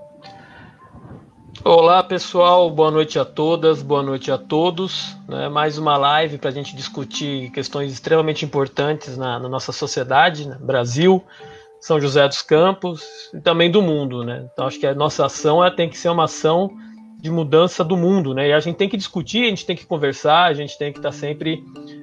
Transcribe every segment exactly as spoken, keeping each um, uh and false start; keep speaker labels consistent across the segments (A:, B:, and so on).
A: Olá pessoal, boa noite a todas, boa noite a todos. Né? Mais uma live para a gente discutir questões extremamente importantes na, na nossa sociedade, né? Brasil, São José dos Campos e também do mundo. Né? Então acho que a nossa ação ela tem que ser uma ação de mudança do mundo, né? E a gente tem que discutir, a gente tem que conversar, a gente tem que estar sempre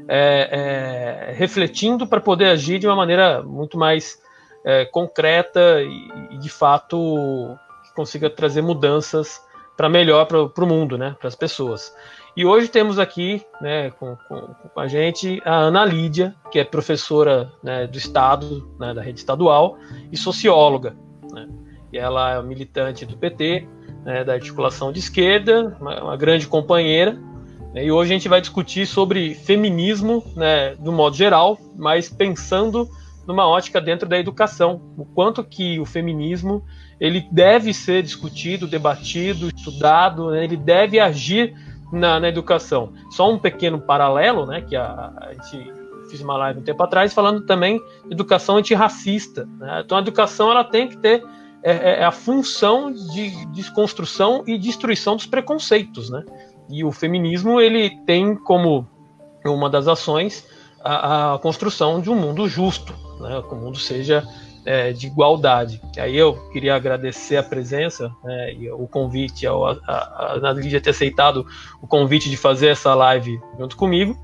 A: é, é, refletindo para poder agir de uma maneira muito mais é, concreta e, e de fato que consiga trazer mudanças para melhor para o mundo, né, para as pessoas. E hoje temos aqui, né, com, com, com a gente a Ana Lídia, que é professora, né, do Estado, né, da rede estadual, e socióloga. Né, e ela é militante do P T, né, da articulação de esquerda, uma, uma grande companheira. Né, e hoje a gente vai discutir sobre feminismo, né, do modo geral, mas pensando numa ótica dentro da educação, o quanto que o feminismo ele deve ser discutido, debatido, estudado, né? Ele deve agir na, na educação. Só um pequeno paralelo, né? Que a, a gente fez uma live um tempo atrás falando também de educação antirracista. Né? Então a educação ela tem que ter é, é a função de desconstrução e destruição dos preconceitos, né? E o feminismo ele tem como uma das ações a, a construção de um mundo justo, né? Que o mundo seja É, de igualdade. Aí eu queria agradecer a presença, né, e o convite, a, a, a Ana Lídia ter aceitado o convite de fazer essa live junto comigo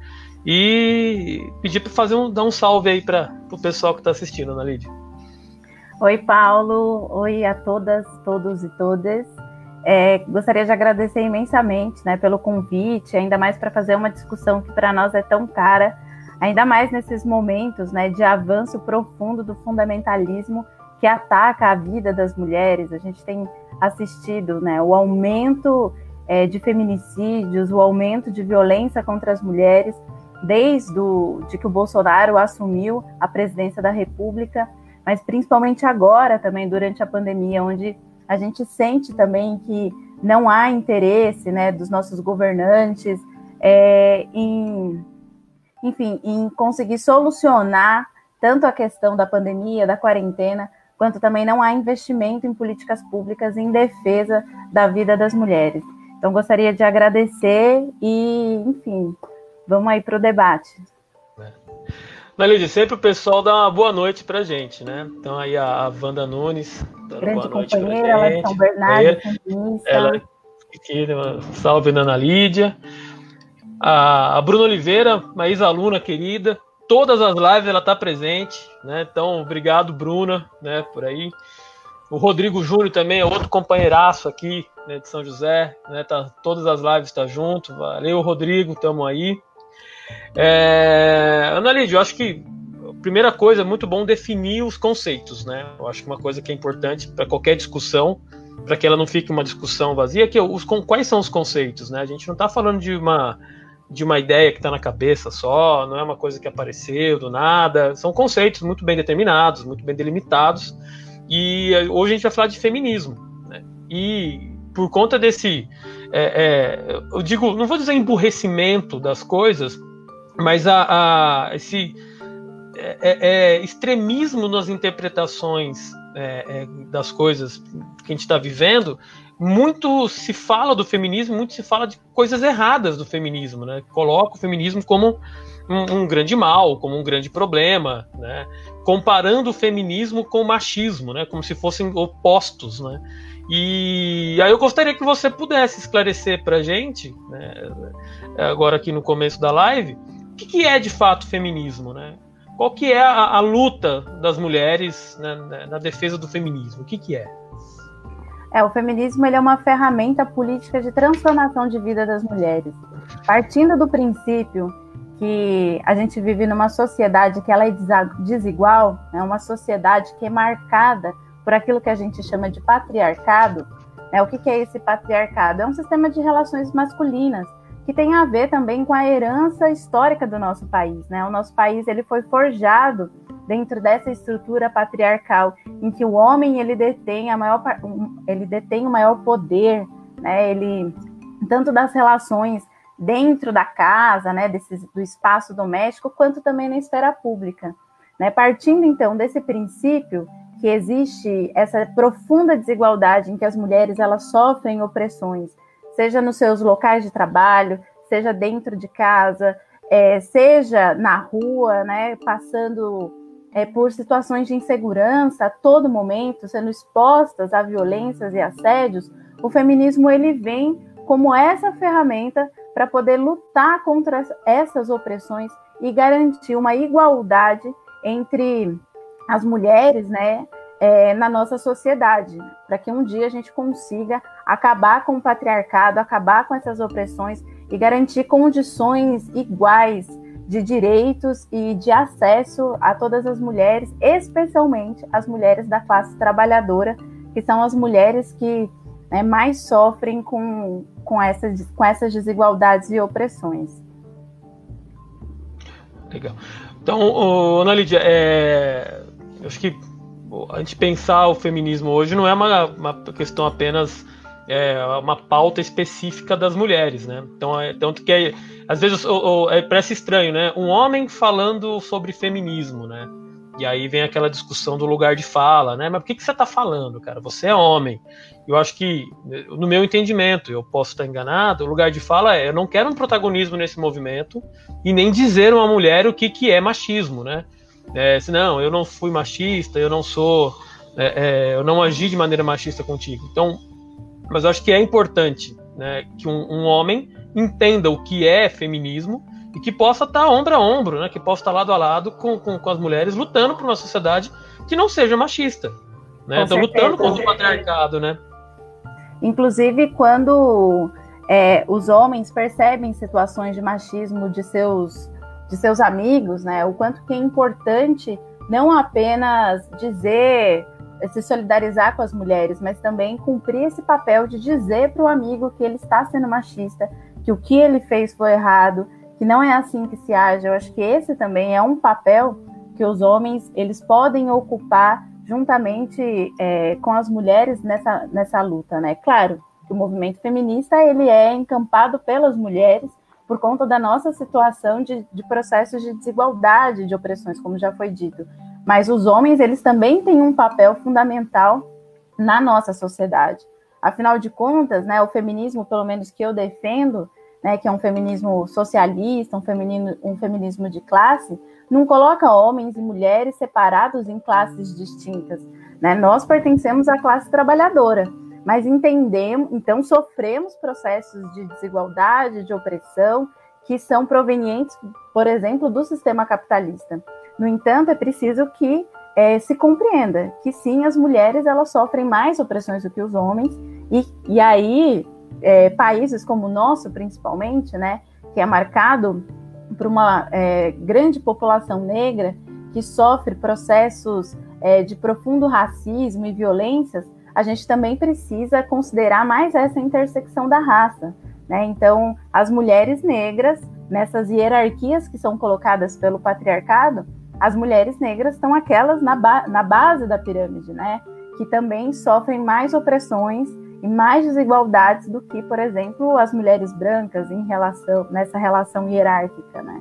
A: e pedir para fazer um, dar um salve aí para o pessoal que está assistindo, Ana Lídia.
B: Oi, Paulo. Oi a todas, todos e todas. É, gostaria de agradecer imensamente, né, pelo convite, ainda mais para fazer uma discussão que para nós é tão cara, ainda mais nesses momentos, né, de avanço profundo do fundamentalismo que ataca a vida das mulheres. A gente tem assistido, né, o aumento é, de feminicídios, o aumento de violência contra as mulheres, desde o, de que o Bolsonaro assumiu a presidência da República, mas principalmente agora também, durante a pandemia, onde a gente sente também que não há interesse, né, dos nossos governantes é, em... enfim, em conseguir solucionar tanto a questão da pandemia, da quarentena, quanto também não há investimento em políticas públicas em defesa da vida das mulheres. Então, gostaria de agradecer e, enfim, vamos aí para o debate.
A: Lídia, sempre o pessoal dá uma boa noite para a gente, né? Então, aí a, a Wanda Nunes dando
B: grande
A: boa noite
B: companheira, ela é São Bernardo,
A: ela aqui, uma salve na Ana Lídia. A Bruna Oliveira, uma ex-aluna querida, todas as lives ela está presente, né? Então, obrigado, Bruna, né, por aí. O Rodrigo Júnior também é outro companheiraço aqui, né, de São José, né? Tá, todas as lives tá junto. Valeu, Rodrigo, tamo aí. É... Ana Lídia, eu acho que a primeira coisa é muito bom definir os conceitos, né? Eu acho que uma coisa que é importante para qualquer discussão, para que ela não fique uma discussão vazia, que os, quais são os conceitos, né? A gente não está falando de uma de uma ideia que está na cabeça só, não é uma coisa que apareceu do nada, são conceitos muito bem determinados, muito bem delimitados, e hoje a gente vai falar de feminismo, né? E por conta desse, é, é, eu digo, não vou dizer emburrecimento das coisas, mas a, a, esse é, é, extremismo nas interpretações é, é, das coisas que a gente está vivendo, muito se fala do feminismo, muito se fala de coisas erradas do feminismo, né? Coloca o feminismo como um, um grande mal, como um grande problema, né? Comparando o feminismo com o machismo, né? Como se fossem opostos, né? E aí eu gostaria que você pudesse esclarecer para a gente, né, agora aqui no começo da live, o que, que é de fato feminismo, né? Qual que é a, a luta das mulheres, né, na defesa do feminismo? O que, que é?
B: É, o feminismo ele é uma ferramenta política de transformação de vida das mulheres. Partindo do princípio que a gente vive numa sociedade que ela é desigual, né, uma sociedade que é marcada por aquilo que a gente chama de patriarcado. Né, o que, que é esse patriarcado? É um sistema de relações masculinas, que tem a ver também com a herança histórica do nosso país. Né? O nosso país ele foi forjado dentro dessa estrutura patriarcal, em que o homem ele detém, a maior, ele detém o maior poder, né? Ele, tanto das relações dentro da casa, né? Desse, do espaço doméstico, quanto também na esfera pública. Né? Partindo, então, desse princípio que existe essa profunda desigualdade em que as mulheres elas sofrem opressões, seja nos seus locais de trabalho, seja dentro de casa, é, seja na rua, né, passando é, por situações de insegurança a todo momento, sendo expostas a violências e assédios. O feminismo ele vem como essa ferramenta para poder lutar contra essas opressões e garantir uma igualdade entre as mulheres, né, é, na nossa sociedade, para que um dia a gente consiga acabar com o patriarcado, acabar com essas opressões e garantir condições iguais de direitos e de acesso a todas as mulheres, especialmente as mulheres da classe trabalhadora, que são as mulheres que, né, mais sofrem com, com, essas, com essas desigualdades e opressões.
A: Legal. Então, Ana Lídia, é, eu acho que a gente pensar o feminismo hoje não é uma, uma questão apenas, é, uma pauta específica das mulheres, né? Então, é, tanto que é, às vezes o, o, é, parece estranho, né? Um homem falando sobre feminismo, né? E aí vem aquela discussão do lugar de fala, né? Mas por que, que você está falando, cara? Você é homem. Eu acho que, no meu entendimento, eu posso estar enganado, o lugar de fala é, eu não quero um protagonismo nesse movimento e nem dizer a uma mulher o que, que é machismo, né? É, se não, eu não fui machista, eu não sou, é, é, eu não agi de maneira machista contigo. Então, mas eu acho que é importante, né, que um, um homem entenda o que é feminismo e que possa estar ombro a ombro, né, que possa estar lado a lado com, com, com as mulheres, lutando por uma sociedade que não seja machista, né? Então, lutando contra o patriarcado, né?
B: Inclusive, quando é, os homens percebem situações de machismo de seus de seus amigos, né? O quanto que é importante não apenas dizer, se solidarizar com as mulheres, mas também cumprir esse papel de dizer para o amigo que ele está sendo machista, que o que ele fez foi errado, que não é assim que se age. Eu acho que esse também é um papel que os homens eles podem ocupar juntamente é, com as mulheres nessa, nessa luta, né? Claro, o movimento feminista ele é encampado pelas mulheres, por conta da nossa situação de, de processos de desigualdade, de opressões, como já foi dito. Mas os homens, eles também têm um papel fundamental na nossa sociedade. Afinal de contas, né, o feminismo, pelo menos que eu defendo, né, que é um feminismo socialista, um feminismo, um feminismo de classe, não coloca homens e mulheres separados em classes distintas, né? Nós pertencemos à classe trabalhadora, mas entendemos, então sofremos processos de desigualdade, de opressão, que são provenientes, por exemplo, do sistema capitalista. No entanto, é preciso que é, se compreenda que sim, as mulheres elas sofrem mais opressões do que os homens, e, e aí é, países como o nosso, principalmente, né, que é marcado por uma é, grande população negra, que sofre processos é, de profundo racismo e violências, a gente também precisa considerar mais essa intersecção da raça, né? Então, as mulheres negras, nessas hierarquias que são colocadas pelo patriarcado, as mulheres negras estão aquelas na, ba- na base da pirâmide, né? Que também sofrem mais opressões e mais desigualdades do que, por exemplo, as mulheres brancas em relação, nessa relação hierárquica, né?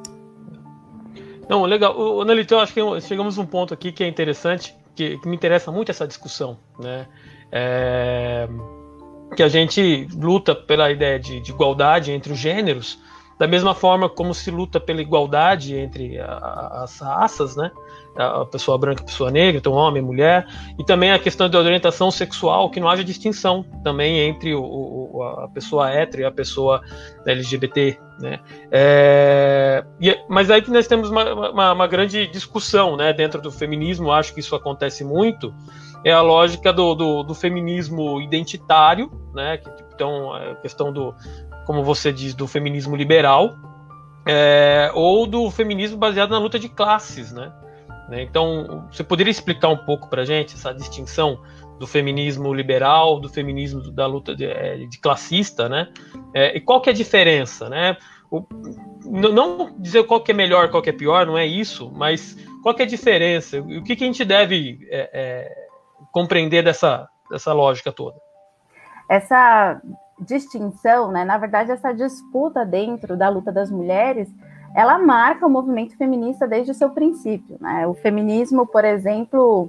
A: Não, legal. O, Nelito, eu acho que chegamos a um ponto aqui que é interessante, que, que me interessa muito essa discussão, né? É, que a gente luta pela ideia de, de igualdade entre os gêneros, da mesma forma como se luta pela igualdade entre a, a, as raças, né? A pessoa branca, a pessoa negra, então homem, mulher, e também a questão da orientação sexual, que não haja distinção também entre o, o, a pessoa hétero e a pessoa L G B T, né? É, e, mas aí que nós temos uma, uma, uma grande discussão, né, dentro do feminismo, acho que isso acontece muito, é a lógica do, do, do feminismo identitário, né? Que, então, a questão do, como você diz, do feminismo liberal, é, ou do feminismo baseado na luta de classes, né? Então, você poderia explicar um pouco para a gente essa distinção do feminismo liberal, do feminismo da luta de, de classista, né? É, e qual que é a diferença, né? O, não dizer qual que é melhor, qual que é pior, não é isso, mas qual que é a diferença? O que, que a gente deve é, é, compreender dessa, dessa lógica toda?
B: Essa distinção, né? Na verdade, essa disputa dentro da luta das mulheres, ela marca o movimento feminista desde o seu princípio, né? O feminismo, por exemplo,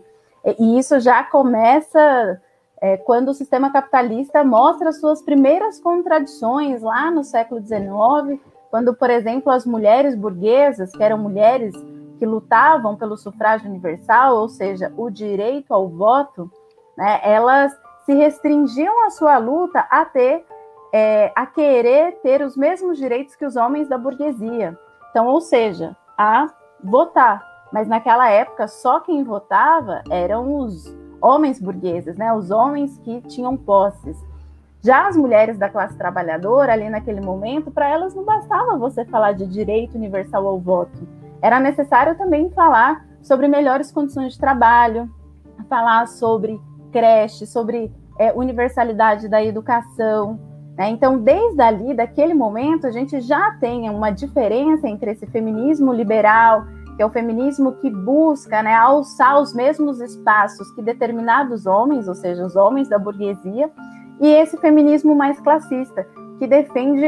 B: E isso já começa é, quando o sistema capitalista mostra suas primeiras contradições lá no século dezenove, quando, por exemplo, as mulheres burguesas, que eram mulheres que lutavam pelo sufrágio universal, ou seja, o direito ao voto, né, elas se restringiam a sua luta a ter, é, a querer ter os mesmos direitos que os homens da burguesia. Então, ou seja, a votar. Mas naquela época, só quem votava eram os homens burgueses, né, os homens que tinham posses. Já as mulheres da classe trabalhadora, ali naquele momento, para elas não bastava você falar de direito universal ao voto. Era necessário também falar sobre melhores condições de trabalho, falar sobre creche, sobre é, universalidade da educação, né? Então, desde ali, daquele momento, a gente já tem uma diferença entre esse feminismo liberal, que é o feminismo que busca, né, alçar os mesmos espaços que determinados homens, ou seja, os homens da burguesia, e esse feminismo mais classista, que defende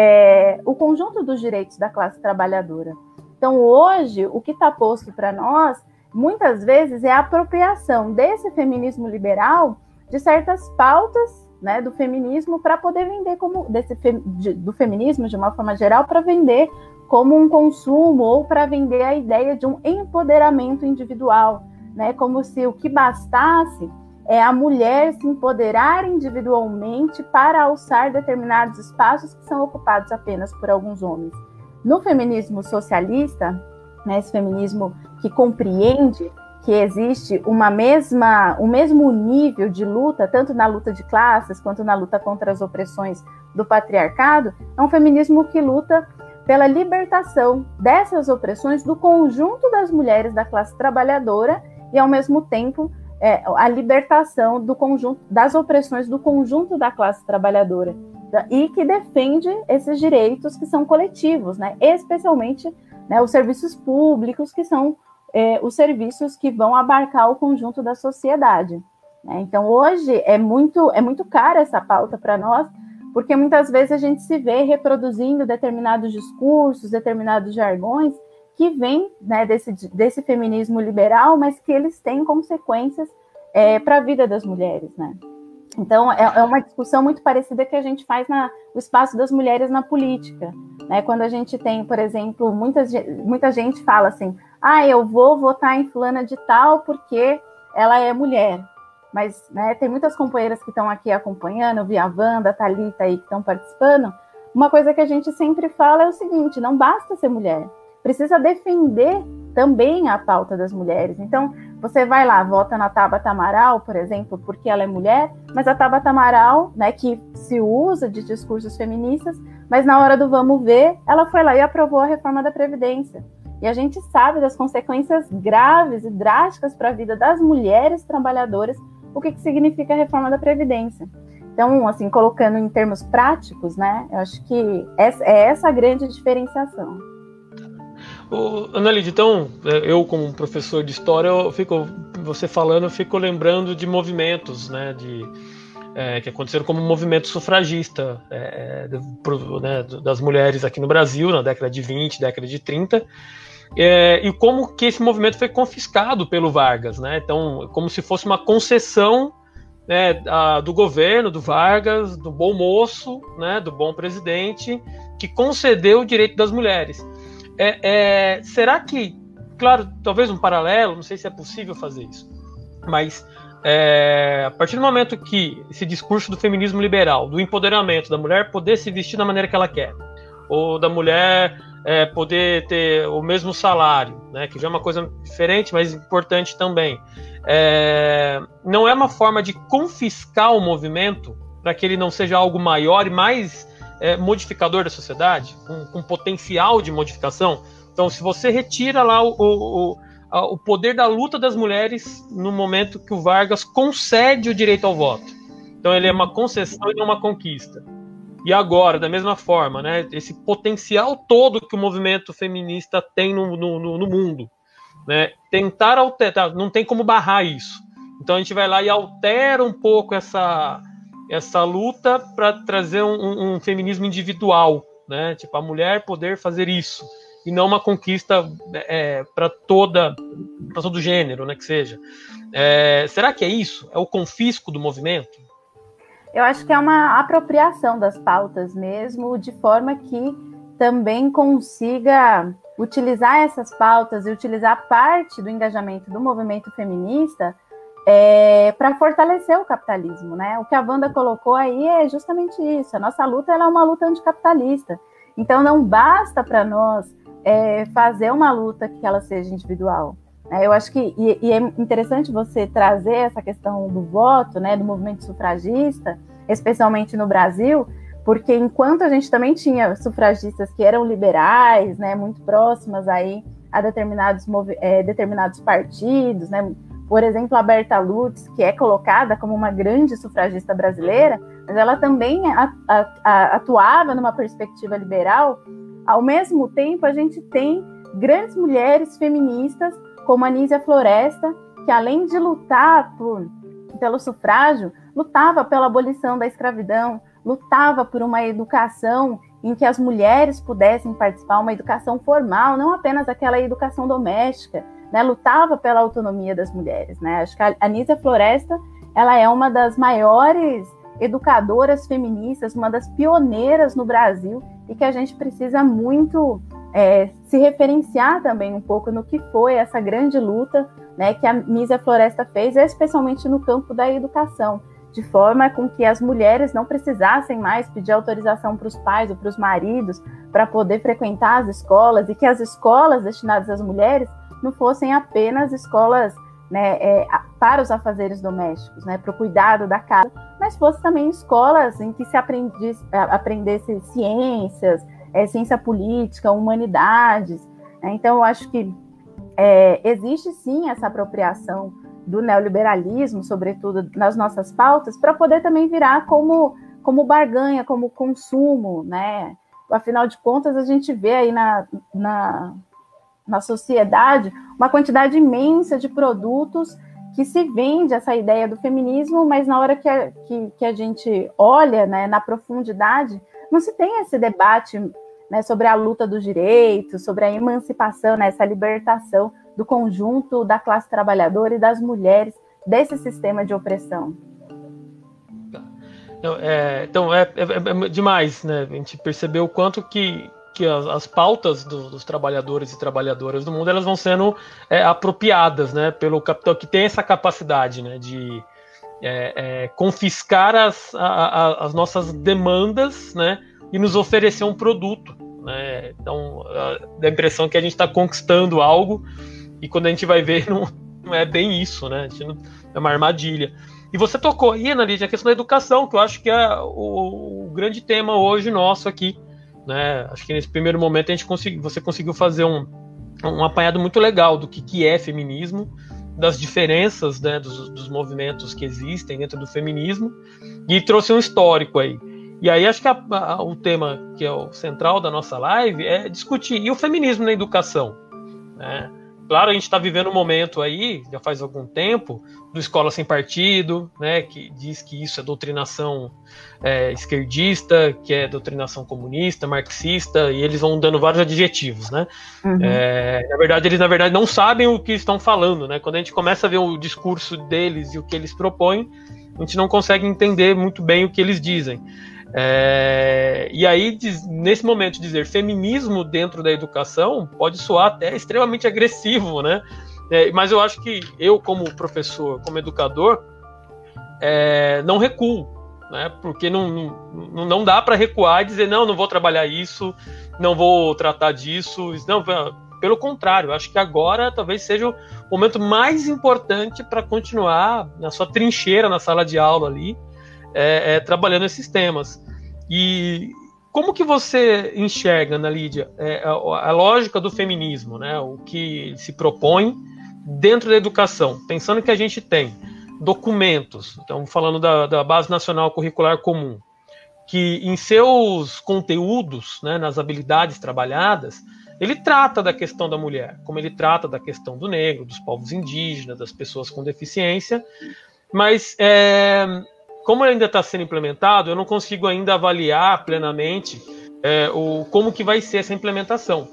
B: é, o conjunto dos direitos da classe trabalhadora. Então, hoje, o que está posto para nós, muitas vezes, é a apropriação desse feminismo liberal de certas pautas, né, do feminismo para poder vender como desse de, do feminismo de uma forma geral para vender como um consumo ou para vender a ideia de um empoderamento individual, né, como se o que bastasse é a mulher se empoderar individualmente para alçar determinados espaços que são ocupados apenas por alguns homens. No feminismo socialista, né, esse feminismo que compreende que existe uma mesma, o mesmo nível de luta, tanto na luta de classes quanto na luta contra as opressões do patriarcado, é um feminismo que luta pela libertação dessas opressões do conjunto das mulheres da classe trabalhadora e, ao mesmo tempo, é, a libertação do conjunto, das opressões do conjunto da classe trabalhadora, e que defende esses direitos que são coletivos, né? Especialmente, né, os serviços públicos, que são é, os serviços que vão abarcar o conjunto da sociedade, né? Então, hoje, é muito, é muito cara essa pauta para nós, porque muitas vezes a gente se vê reproduzindo determinados discursos, determinados jargões, que vêm, né, desse, desse feminismo liberal, mas que eles têm consequências é, para a vida das mulheres, né? Então, é, é uma discussão muito parecida que a gente faz no espaço das mulheres na política, né? Quando a gente tem, por exemplo, muitas, muita gente fala assim, ah, eu vou votar em fulana de tal porque ela é mulher. Mas, né, tem muitas companheiras que estão aqui acompanhando, eu vi a Wanda, a Thalita aí que estão participando. Uma coisa que a gente sempre fala é o seguinte, não basta ser mulher, precisa defender também a pauta das mulheres. Então, você vai lá, vota na Tabata Amaral, por exemplo, porque ela é mulher, mas a Tabata Amaral, né, que se usa de discursos feministas, mas na hora do vamos ver, ela foi lá e aprovou a reforma da Previdência. E a gente sabe das consequências graves e drásticas para a vida das mulheres trabalhadoras, o que, que significa a reforma da Previdência. Então, assim, colocando em termos práticos, né, eu acho que essa, é essa a grande diferenciação.
A: Ô, Ana Lídia, então, eu como professor de história, eu fico, você falando, eu fico lembrando de movimentos, né, de, é, que aconteceram como um movimento sufragista, é, do, né, das mulheres aqui no Brasil, na década de vinte, década de trinta, é, e como que esse movimento foi confiscado pelo Vargas, né, então, como se fosse uma concessão, né, a, do governo, do Vargas, do bom moço, né, do bom presidente, que concedeu o direito das mulheres. É, é, será que, claro, talvez um paralelo, não sei se é possível fazer isso, mas é, a partir do momento que esse discurso do feminismo liberal, do empoderamento da mulher poder se vestir da maneira que ela quer, ou da mulher é, poder ter o mesmo salário, né, que já é uma coisa diferente, mas importante também, é, não é uma forma de confiscar o movimento para que ele não seja algo maior e mais É, modificador da sociedade, com, com potencial de modificação. Então, se você retira lá o, o, a, o poder da luta das mulheres no momento que o Vargas concede o direito ao voto. Então, ele é uma concessão e não uma conquista. E agora, da mesma forma, né, esse potencial todo que o movimento feminista tem no, no, no mundo, né, tentar alterar, não tem como barrar isso. Então, a gente vai lá e altera um pouco essa... essa luta para trazer um, um feminismo individual, né? Tipo, a mulher poder fazer isso, e não uma conquista é, para toda questão do gênero, né, que seja. É, será que é isso? É o confisco do movimento?
B: Eu acho que é uma apropriação das pautas mesmo, de forma que também consiga utilizar essas pautas e utilizar parte do engajamento do movimento feminista é, para fortalecer o capitalismo, né? O que a Wanda colocou aí é justamente isso. A nossa luta ela é uma luta anticapitalista. Então não basta para nós é, fazer uma luta que ela seja individual. Eu acho que e, e é interessante você trazer essa questão do voto, né, do movimento sufragista, especialmente no Brasil, porque enquanto a gente também tinha sufragistas que eram liberais, né, muito próximas aí a determinados, é, determinados partidos, né, por exemplo, a Berta Lutz, que é colocada como uma grande sufragista brasileira, mas ela também a, a, a, atuava numa perspectiva liberal. Ao mesmo tempo, a gente tem grandes mulheres feministas, como a Anísia Floresta, que além de lutar por, pelo sufrágio, lutava pela abolição da escravidão, lutava por uma educação em que as mulheres pudessem participar, uma educação formal, não apenas aquela educação doméstica, né? Lutava pela autonomia das mulheres, né? Acho que a Anísia Floresta, ela é uma das maiores educadoras feministas, uma das pioneiras no Brasil, e que a gente precisa muito é, se referenciar também um pouco no que foi essa grande luta, né, que a Anísia Floresta fez, especialmente no campo da educação, de forma com que as mulheres não precisassem mais pedir autorização para os pais ou para os maridos para poder frequentar as escolas, e que as escolas destinadas às mulheres não fossem apenas escolas, né, é, para os afazeres domésticos, né, para o cuidado da casa, mas fossem também escolas em que se aprendesse, aprendesse ciências, é, ciência política, humanidades. Né? Então, eu acho que é, existe sim essa apropriação do neoliberalismo, sobretudo nas nossas pautas, para poder também virar como, como barganha, como consumo, né? Afinal de contas, a gente vê aí na, na, na sociedade uma quantidade imensa de produtos que se vende essa ideia do feminismo, mas na hora que a, que, que a gente olha, né, na profundidade, não se tem esse debate, né, sobre a luta dos direitos, sobre a emancipação, né, essa libertação do conjunto da classe trabalhadora e das mulheres desse sistema de opressão.
A: Então, é, então é, é, é demais, né? A gente percebeu o quanto que, que as, as pautas do, dos trabalhadores e trabalhadoras do mundo, elas vão sendo é, apropriadas, né, pelo capital, que tem essa capacidade, né, de é, é, confiscar as, a, a, as nossas demandas, né, e nos oferecer um produto, né? Então dá a impressão que a gente está conquistando algo, e quando a gente vai ver, não, não é bem isso, né? Não, é uma armadilha. E você tocou aí, Ana Lídia, a questão da educação, que eu acho que é o, o grande tema hoje nosso aqui, né? Acho que nesse primeiro momento a gente consegui, você conseguiu fazer um, um apanhado muito legal do que, que é feminismo, das diferenças, né, dos, dos movimentos que existem dentro do feminismo, e trouxe um histórico aí. E aí acho que a, a, o tema que é o central da nossa live é discutir e o feminismo na educação, né? Claro, a gente está vivendo um momento aí, já faz algum tempo, do Escola Sem Partido, né, que diz que isso é doutrinação é, esquerdista, que é doutrinação comunista, marxista, e eles vão dando vários adjetivos, né? Uhum. É, na verdade, eles na verdade não sabem o que estão falando, né? Quando a gente começa a ver o discurso deles e o que eles propõem, a gente não consegue entender muito bem o que eles dizem. É, e aí, nesse momento, dizer feminismo dentro da educação pode soar até extremamente agressivo, né? É, mas eu acho que eu, como professor, como educador, é, não recuo, né? Porque não, não, não dá para recuar e dizer, não, não vou trabalhar isso, não vou tratar disso. Não, pelo contrário, eu acho que agora talvez seja o momento mais importante para continuar na sua trincheira, na sala de aula ali, É, é, trabalhando esses temas. E como que você enxerga, Ana Lídia, é, a, a lógica do feminismo, né, o que se propõe dentro da educação, pensando que a gente tem documentos, estamos falando da, da Base Nacional Curricular Comum, que em seus conteúdos, né, nas habilidades trabalhadas, ele trata da questão da mulher, como ele trata da questão do negro, dos povos indígenas, das pessoas com deficiência, mas é, como ele ainda está sendo implementado, eu não consigo ainda avaliar plenamente é, o, como que vai ser essa implementação.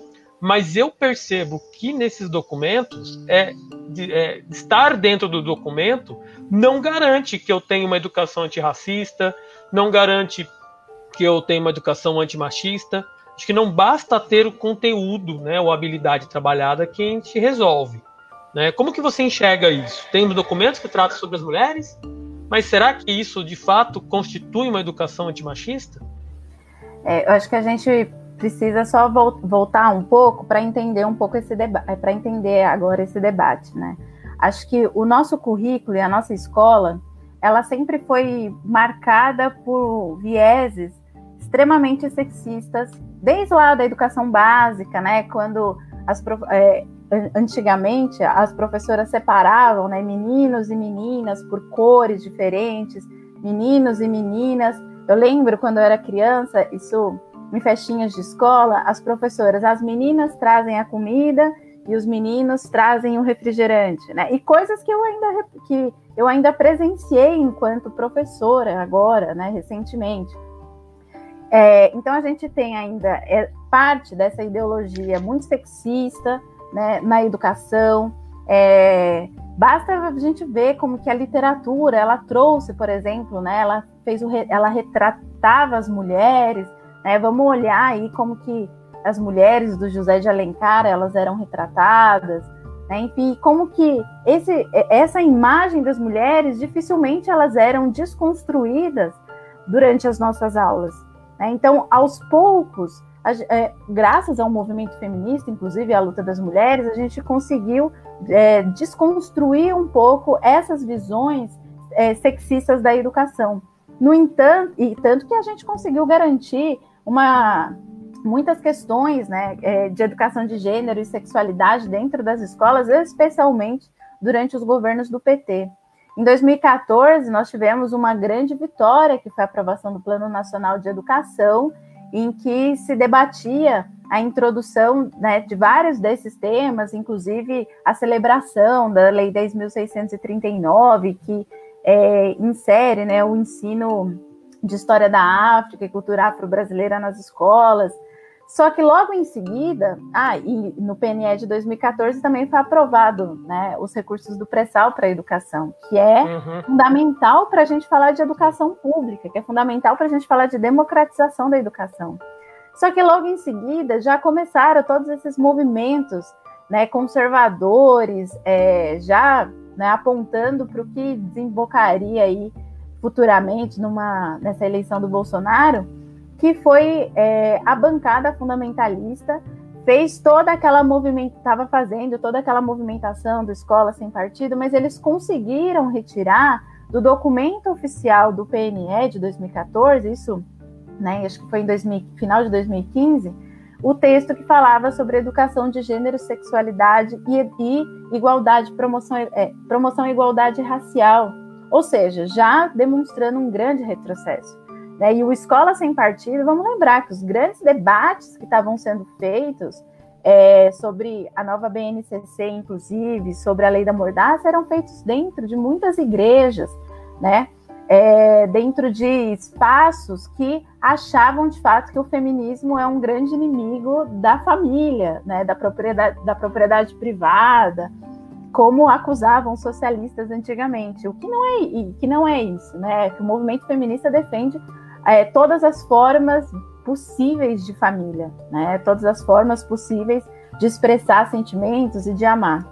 A: mas eu percebo que nesses documentos, é, de, é, estar dentro do documento não garante que eu tenha uma educação antirracista, não garante que eu tenha uma educação antimachista. Acho que não basta ter o conteúdo, né, ou a habilidade trabalhada que a gente resolve. Né? Como que você enxerga isso? Tem documentos que tratam sobre as mulheres, mas será que isso de fato constitui uma educação antimachista?
B: É, eu acho que a gente precisa só vo- voltar um pouco para entender um pouco esse debate, para entender agora esse debate, né? Acho que o nosso currículo e a nossa escola, ela sempre foi marcada por vieses extremamente sexistas, desde lá da educação básica, né? Quando as prof... é, antigamente as professoras separavam, né, meninos e meninas por cores diferentes, meninos e meninas. Eu lembro quando eu era criança, isso em festinhas de escola, as professoras, as meninas trazem a comida e os meninos trazem o refrigerante, né? E coisas que eu ainda, que eu ainda presenciei enquanto professora agora, né, recentemente. É, então a gente tem ainda é, parte dessa ideologia muito sexista, né, na educação. É, basta a gente ver como que a literatura, ela trouxe, por exemplo, né, ela fez o, ela retratava as mulheres, né, vamos olhar aí como que as mulheres do José de Alencar, elas eram retratadas, né, enfim, como que esse, essa imagem das mulheres, dificilmente elas eram desconstruídas durante as nossas aulas. Né? Então, aos poucos, a, é, graças ao movimento feminista, inclusive à luta das mulheres, a gente conseguiu é, desconstruir um pouco essas visões é, sexistas da educação. No entanto, e tanto que a gente conseguiu garantir uma, muitas questões, né, é, de educação de gênero e sexualidade dentro das escolas, especialmente durante os governos do P T. Em dois mil e quatorze, nós tivemos uma grande vitória, que foi a aprovação do Plano Nacional de Educação, em que se debatia a introdução, né, de vários desses temas, inclusive a celebração da Lei dez mil seiscentos e trinta e nove, que é, insere, né, o ensino de História da África e cultura afro-brasileira nas escolas. Só que logo em seguida, ah, e no P N E de dois mil e quatorze também foi aprovado, né, os recursos do pré-sal para a educação, que é uhum. fundamental para a gente falar de educação pública, que é fundamental para a gente falar de democratização da educação. Só que logo em seguida já começaram todos esses movimentos, né, conservadores, é, já, né, apontando para o que desembocaria aí futuramente numa, nessa eleição do Bolsonaro, que foi é, a bancada fundamentalista, fez toda aquela movimentação, estava fazendo toda aquela movimentação do Escola Sem Partido, mas eles conseguiram retirar do documento oficial do P N E de dois mil e quatorze, isso, né, acho que foi em dois mil, final de dois mil e quinze, o texto que falava sobre educação de gênero, sexualidade e, e igualdade, promoção, é, promoção e igualdade racial, ou seja, já demonstrando um grande retrocesso. Né? E o Escola Sem Partido, vamos lembrar que os grandes debates que estavam sendo feitos é, sobre a nova B N C C, inclusive, sobre a lei da mordaça, eram feitos dentro de muitas igrejas, né? É, dentro de espaços que achavam, de fato, que o feminismo é um grande inimigo da família, né? da, propriedade, da propriedade privada, como acusavam socialistas antigamente, o que não é, que não é isso, né? Que o movimento feminista defende é, todas as formas possíveis de família, né? Todas as formas possíveis de expressar sentimentos e de amar.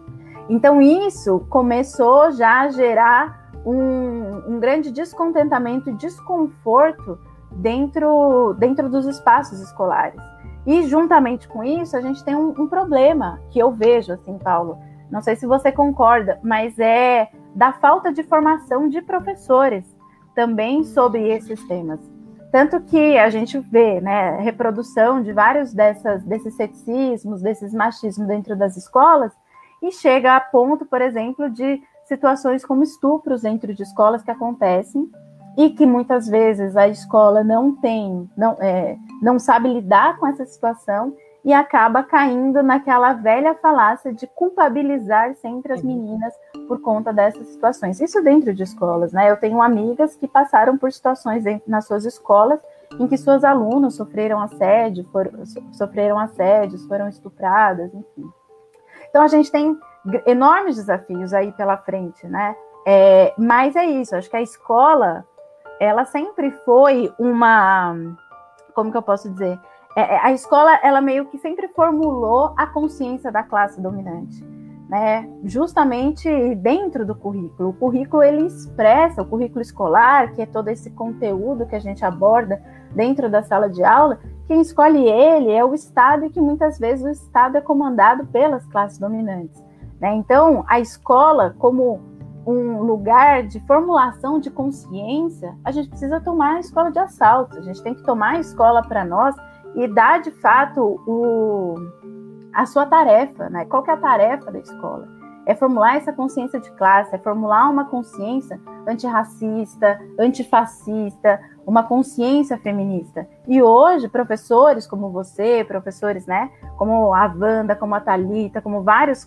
B: Então isso começou já a gerar um, um grande descontentamento e desconforto dentro, dentro dos espaços escolares. E juntamente com isso a gente tem um, um problema que eu vejo, assim, Paulo, não sei se você concorda, mas é da falta de formação de professores também sobre esses temas. Tanto que a gente vê, né, reprodução de vários dessas, desses sexismos, desses machismos dentro das escolas, e chega a ponto, por exemplo, de situações como estupros dentro de escolas que acontecem, e que muitas vezes a escola não tem, não, é, não sabe lidar com essa situação, e acaba caindo naquela velha falácia de culpabilizar sempre as meninas por conta dessas situações. Isso dentro de escolas, né? Eu tenho amigas que passaram por situações dentro, nas suas escolas em que suas alunas sofreram assédio, foram, sofreram assédios, foram estupradas, enfim. Então, a gente tem enormes desafios aí pela frente, né? É, mas é isso, acho que a escola, ela sempre foi uma... Como que eu posso dizer? É, a escola, ela meio que sempre formulou a consciência da classe dominante, né? Justamente dentro do currículo. O currículo, ele expressa, o currículo escolar, que é todo esse conteúdo que a gente aborda dentro da sala de aula, quem escolhe ele é o Estado, e que muitas vezes o Estado é comandado pelas classes dominantes, né? Então, a escola, como um lugar de formulação de consciência, a gente precisa tomar a escola de assalto, a gente tem que tomar a escola para nós e dar, de fato, o, a sua tarefa, né? Qual que é a tarefa da escola? É formular essa consciência de classe, é formular uma consciência antirracista, antifascista, uma consciência feminista. E hoje, professores como você, professores, né, como a Wanda, como a Thalita, como vários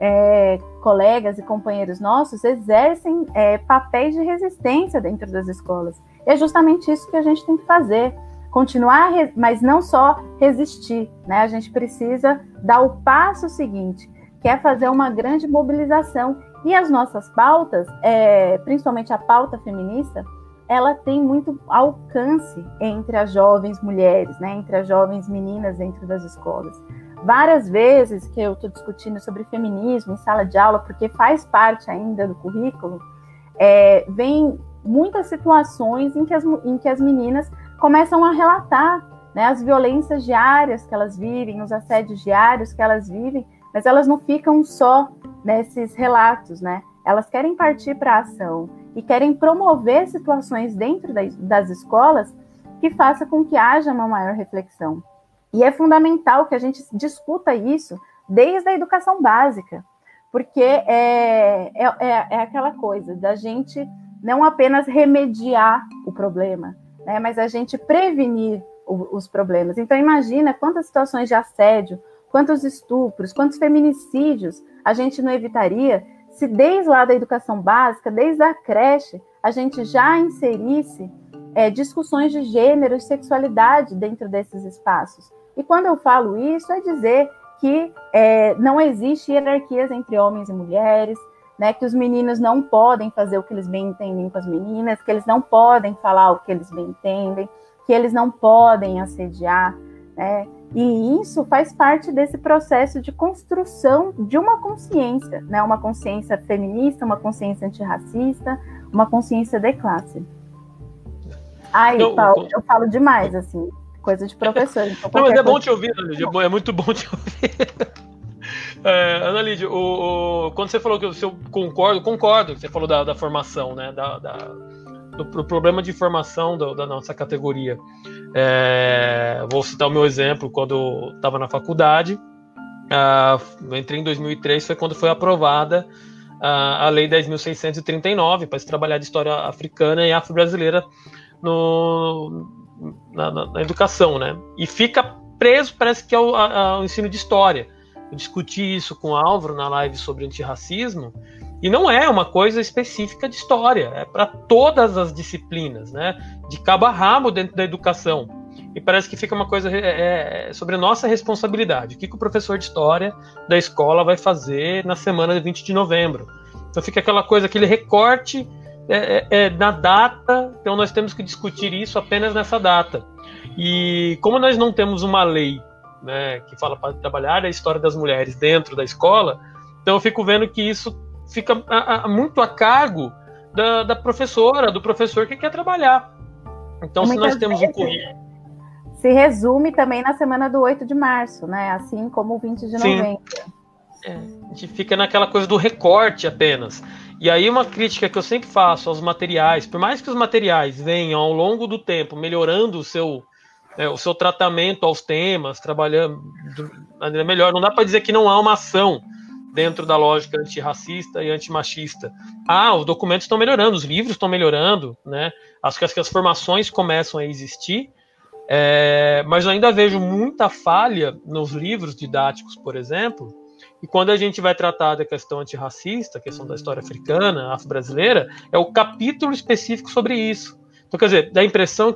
B: é, colegas e companheiros nossos, exercem é, papéis de resistência dentro das escolas. E é justamente isso que a gente tem que fazer. Continuar, mas não só resistir, né? A gente precisa dar o passo seguinte, que é fazer uma grande mobilização. E as nossas pautas, é, principalmente a pauta feminista, ela tem muito alcance entre as jovens mulheres, né? Entre as jovens meninas dentro das escolas. Várias vezes que eu estou discutindo sobre feminismo em sala de aula, porque faz parte ainda do currículo, é, vem muitas situações em que as, em que as meninas começam a relatar, né, as violências diárias que elas vivem, os assédios diários que elas vivem, mas elas não ficam só nesses relatos, né? Elas querem partir para a ação e querem promover situações dentro das, das escolas que faça com que haja uma maior reflexão. E é fundamental que a gente discuta isso desde a educação básica, porque é, é, é aquela coisa da gente não apenas remediar o problema, né, mas a gente prevenir o, os problemas. Então, imagina quantas situações de assédio, quantos estupros, quantos feminicídios a gente não evitaria se desde lá da educação básica, desde a creche, a gente já inserisse é, discussões de gênero e sexualidade dentro desses espaços. E quando eu falo isso, é dizer que é, não existe hierarquias entre homens e mulheres, né, que os meninos não podem fazer o que eles bem entendem com as meninas, que eles não podem falar o que eles bem entendem, que eles não podem assediar, né? E isso faz parte desse processo de construção de uma consciência, né? Uma consciência feminista, uma consciência antirracista, uma consciência de classe. Ai, não, Paulo, eu falo demais, assim, coisa de professor. Então
A: não, mas é bom te ouvir, Ana Lídia, é muito bom te ouvir. É, Ana Lídia, o, o, quando você falou que eu, eu concordo, concordo que você falou da, da formação, né, da, da, do, do problema de formação do, da nossa categoria. É, vou citar o meu exemplo, quando eu estava na faculdade, uh, eu entrei em dois mil e três, foi quando foi aprovada uh, a Lei dez mil seiscentos e trinta e nove, para se trabalhar de história africana e afro-brasileira no, na, na, na educação, né, e fica preso, parece que ao, ao ensino de história. Eu discuti isso com o Álvaro na live sobre antirracismo, e não é uma coisa específica de história, é para todas as disciplinas, né? De cabo a rabo dentro da educação. E parece que fica uma coisa é, é, sobre a nossa responsabilidade. O que, que o professor de história da escola vai fazer na semana de vinte de novembro? Então fica aquela coisa, aquele recorte é, é, na data, então nós temos que discutir isso apenas nessa data. E como nós não temos uma lei, né, que fala para trabalhar a história das mulheres dentro da escola, então eu fico vendo que isso fica a, a, muito a cargo da, da professora, do professor que quer trabalhar. Então, se nós temos um currículo...
B: Se resume também na semana do oito de março, né? Assim como o vinte de novembro.
A: É, a gente fica naquela coisa do recorte apenas. E aí uma crítica que eu sempre faço aos materiais, por mais que os materiais venham ao longo do tempo melhorando o seu... É, o seu tratamento aos temas, trabalhando de maneira melhor. Não dá para dizer que não há uma ação dentro da lógica antirracista e antimachista. Ah, os documentos estão melhorando, os livros estão melhorando, né? Acho que as, que as formações começam a existir, é, mas eu ainda vejo muita falha nos livros didáticos, por exemplo, e quando a gente vai tratar da questão antirracista, a questão da história africana, afro-brasileira, é o capítulo específico sobre isso. Então, quer dizer, dá a impressão que eu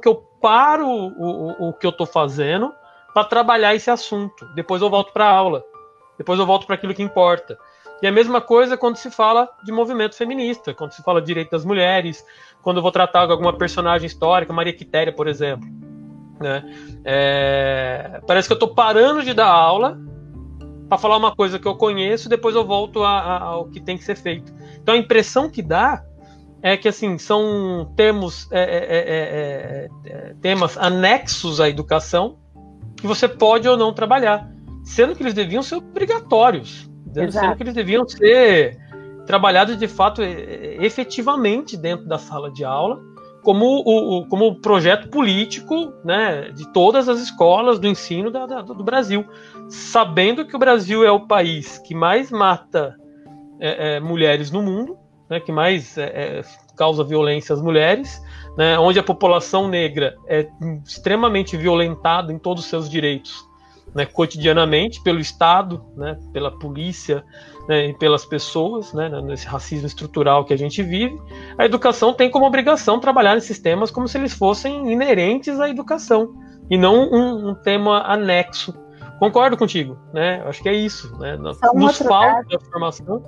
A: paro o, o, o que eu estou fazendo para trabalhar esse assunto. Depois eu volto para a aula. Depois eu volto para aquilo que importa. E a mesma coisa quando se fala de movimento feminista, quando se fala de direito das mulheres, quando eu vou tratar de alguma personagem histórica, Maria Quitéria, por exemplo. Né? É... Parece que eu estou parando de dar aula para falar uma coisa que eu conheço e depois eu volto a, a, ao que tem que ser feito. Então a impressão que dá é que assim, são termos, é, é, é, é, temas anexos à educação que você pode ou não trabalhar, sendo que eles deviam ser obrigatórios,
B: Exato.
A: sendo que eles deviam ser trabalhados de fato efetivamente dentro da sala de aula, como o como projeto político, né, de todas as escolas do ensino da, da, do Brasil, sabendo que o Brasil é o país que mais mata é, é, mulheres no mundo, né, que mais é, é, causa violência às mulheres, né, onde a população negra é extremamente violentada em todos os seus direitos, né, cotidianamente, pelo Estado, né, pela polícia, né, e pelas pessoas, né, nesse racismo estrutural que a gente vive. A educação tem como obrigação trabalhar nesses temas como se eles fossem inerentes à educação, e não um, um tema anexo. Concordo contigo, né? Acho que é isso, né?
B: Um
A: Nos falta a formação.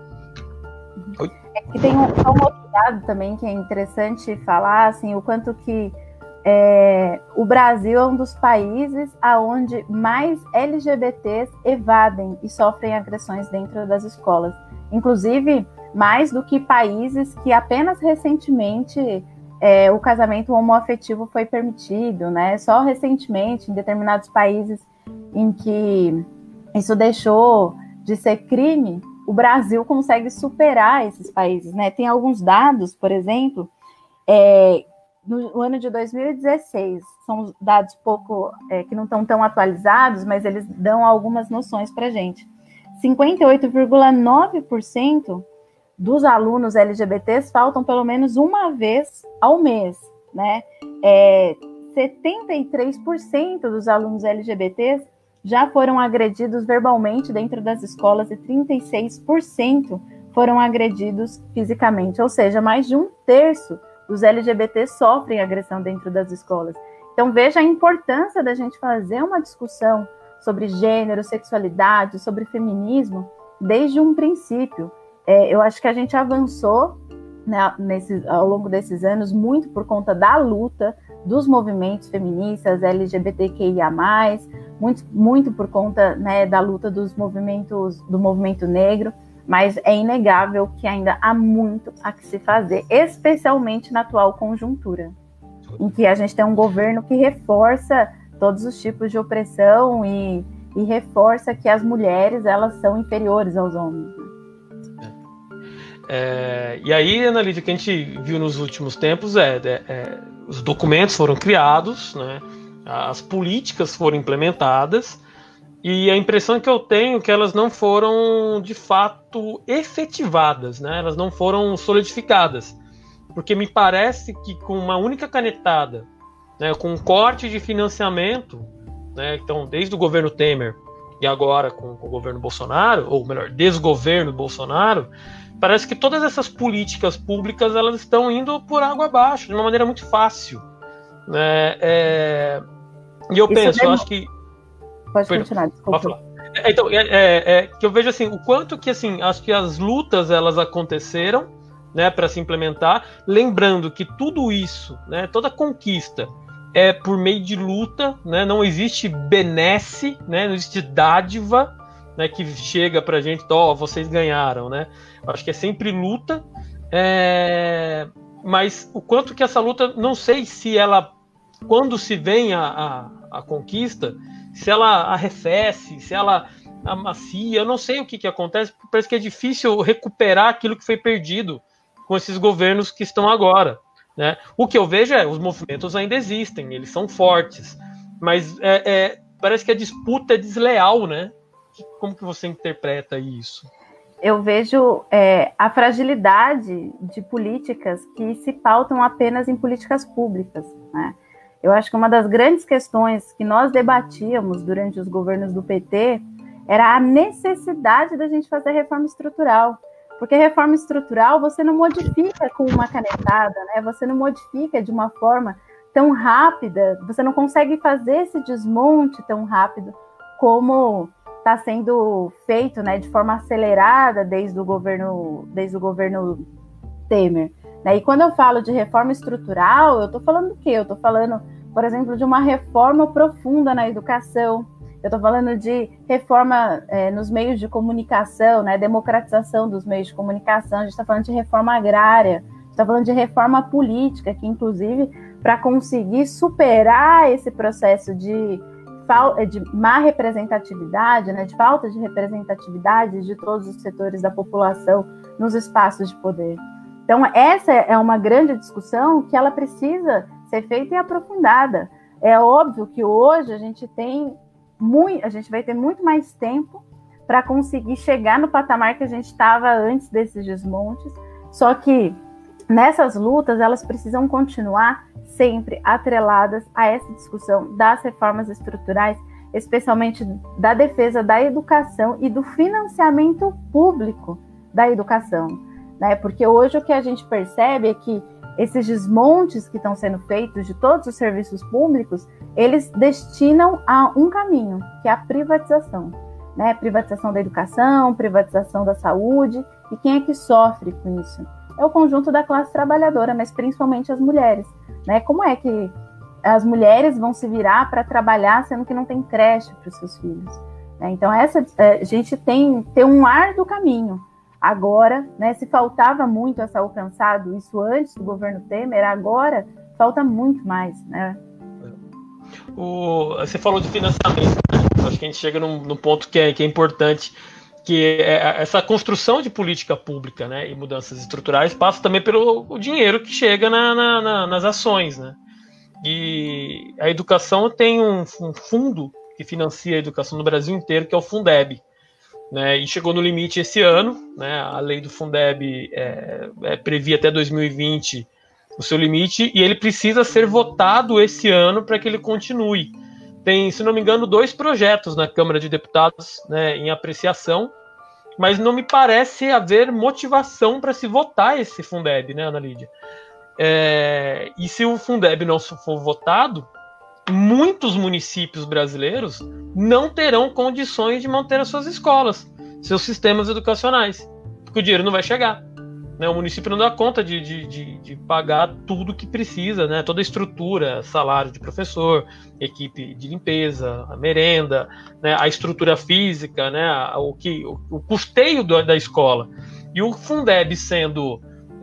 B: Oi? É que tem um, um outro dado também que é interessante falar, assim, o quanto que é, o Brasil é um dos países onde mais L G B Ts evadem e sofrem agressões dentro das escolas. Inclusive, mais do que países que apenas recentemente é, o casamento homoafetivo foi permitido, né? Só recentemente, em determinados países em que isso deixou de ser crime, o Brasil consegue superar esses países, né? Tem alguns dados, por exemplo, é, no ano de dois mil e dezesseis, são dados pouco, é, que não estão tão atualizados, mas eles dão algumas noções para a gente. cinquenta e oito vírgula nove por cento dos alunos L G B Ts faltam pelo menos uma vez ao mês, né? É, setenta e três por cento dos alunos L G B Ts já foram agredidos verbalmente dentro das escolas e trinta e seis por cento foram agredidos fisicamente, ou seja, mais de um terço dos L G B Ts sofrem agressão dentro das escolas. Então veja a importância da gente fazer uma discussão sobre gênero, sexualidade, sobre feminismo, desde um princípio. É, eu acho que a gente avançou, né, nesse, ao longo desses anos, muito por conta da luta dos movimentos feministas, L G B T Q I A mais, muito, muito por conta, né, da luta dos movimentos, do movimento negro, mas é inegável que ainda há muito a que se fazer, especialmente na atual conjuntura, em que a gente tem um governo que reforça todos os tipos de opressão e, e reforça que as mulheres, elas são inferiores aos homens.
A: É, e aí, Ana Lídia, o que a gente viu nos últimos tempos é, é, é os documentos foram criados, né, as políticas foram implementadas, e a impressão que eu tenho é que elas não foram, de fato, efetivadas, né, elas não foram solidificadas, porque me parece que com uma única canetada, né, com um corte de financiamento, né, então, desde o governo Temer e agora com, com o governo Bolsonaro, ou melhor, desgoverno Bolsonaro, parece que todas essas políticas públicas elas estão indo por água abaixo, de uma maneira muito fácil. Né? É... E eu Isso penso, eu acho que...
B: Pode continuar, desculpa.
A: Pode falar. É, então, é, é, é, que eu vejo assim, o quanto que assim, acho que as lutas elas aconteceram, né, para se implementar, lembrando que tudo isso, né, toda conquista é por meio de luta, né, não existe benesse, né, não existe dádiva, né, que chega pra gente, ó, oh, vocês ganharam, né? Acho que é sempre luta, é... mas o quanto que essa luta, não sei se ela, quando se vem a, a, a conquista, se ela arrefece, se ela amacia, eu não sei o que, que acontece, parece que é difícil recuperar aquilo que foi perdido com esses governos que estão agora, né? O que eu vejo é, os movimentos ainda existem, eles são fortes, mas é, é, parece que a disputa é desleal, né? Como que você interpreta isso?
B: Eu vejo é, a fragilidade de políticas que se pautam apenas em políticas públicas, né? Eu acho que uma das grandes questões que nós debatíamos durante os governos do P T era a necessidade da gente fazer reforma estrutural, porque reforma estrutural você não modifica com uma canetada, né? Você não modifica de uma forma tão rápida, você não consegue fazer esse desmonte tão rápido como está sendo feito, né, de forma acelerada desde o governo, desde o governo Temer. Né? E quando eu falo de reforma estrutural, eu estou falando do quê? Eu estou falando, por exemplo, de uma reforma profunda na educação. Eu estou falando de reforma é, nos meios de comunicação, né, democratização dos meios de comunicação. A gente está falando de reforma agrária, está falando de reforma política, que inclusive para conseguir superar esse processo de, de má representatividade, né, de falta de representatividade de todos os setores da população nos espaços de poder. Então, essa é uma grande discussão que ela precisa ser feita e aprofundada. É óbvio que hoje a gente tem muito, a gente vai ter muito mais tempo para conseguir chegar no patamar que a gente estava antes desses desmontes, só que nessas lutas elas precisam continuar sempre atreladas a essa discussão das reformas estruturais, especialmente da defesa da educação e do financiamento público da educação, né? Porque hoje o que a gente percebe é que esses desmontes que estão sendo feitos de todos os serviços públicos, eles destinam a um caminho, que é a privatização, né? Privatização da educação, privatização da saúde, e quem é que sofre com isso? É o conjunto da classe trabalhadora, mas principalmente as mulheres, né? Como é que as mulheres vão se virar para trabalhar sendo que não tem creche para os seus filhos? Né? Então, essa, a gente tem, tem um árduo caminho. Agora, né, se faltava muito a ser alcançado isso antes do governo Temer, agora falta muito mais, né?
A: O, você falou de financiamento, né? Acho que a gente chega num, num ponto que é, que é importante, que é essa construção de política pública, né, e mudanças estruturais passa também pelo o dinheiro que chega na, na, na, nas ações, né? E a educação tem um, um fundo que financia a educação no Brasil inteiro, que é o Fundeb. Né, e chegou no limite esse ano, né, a lei do Fundeb é, é, previa até dois mil e vinte o seu limite, e ele precisa ser votado esse ano para que ele continue. Tem, se não me engano, dois projetos na Câmara de Deputados, né, em apreciação, mas não me parece haver motivação para se votar esse Fundeb, né, Ana Lídia? É, e se o Fundeb não for votado, muitos municípios brasileiros não terão condições de manter as suas escolas, seus sistemas educacionais, porque o dinheiro não vai chegar. Né? O município não dá conta de, de, de, de pagar tudo que precisa, né? Toda a estrutura, salário de professor, equipe de limpeza, a merenda, né? A estrutura física, né? o, que, o, o custeio do, da escola. E o Fundeb sendo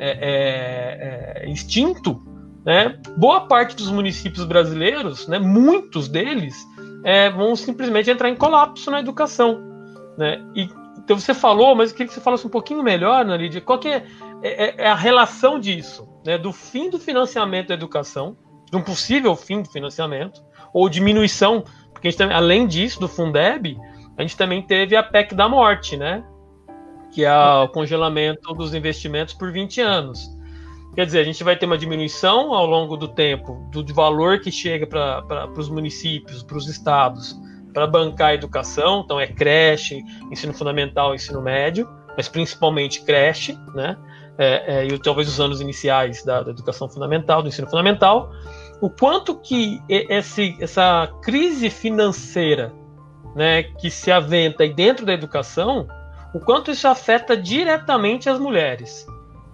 A: é, é, é, extinto, né, boa parte dos municípios brasileiros, né, muitos deles, é, vão simplesmente entrar em colapso na educação. Né? E, então você falou, mas eu queria que você falasse um pouquinho melhor, Ana Lídia, qual que é, é, é a relação disso, né, do fim do financiamento da educação, de um possível fim do financiamento, ou diminuição, porque a gente também, além disso, do Fundeb, a gente também teve a P E C da morte, né, que é o congelamento dos investimentos por vinte anos. Quer dizer, a gente vai ter uma diminuição ao longo do tempo do, do valor que chega para os municípios, para os estados, para bancar a educação. Então é creche, ensino fundamental, ensino médio, mas principalmente creche, né? É, é, e talvez os anos iniciais da, da educação fundamental, do ensino fundamental. O quanto que esse, essa crise financeira, né, que se aventa aí dentro da educação, o quanto isso afeta diretamente as mulheres.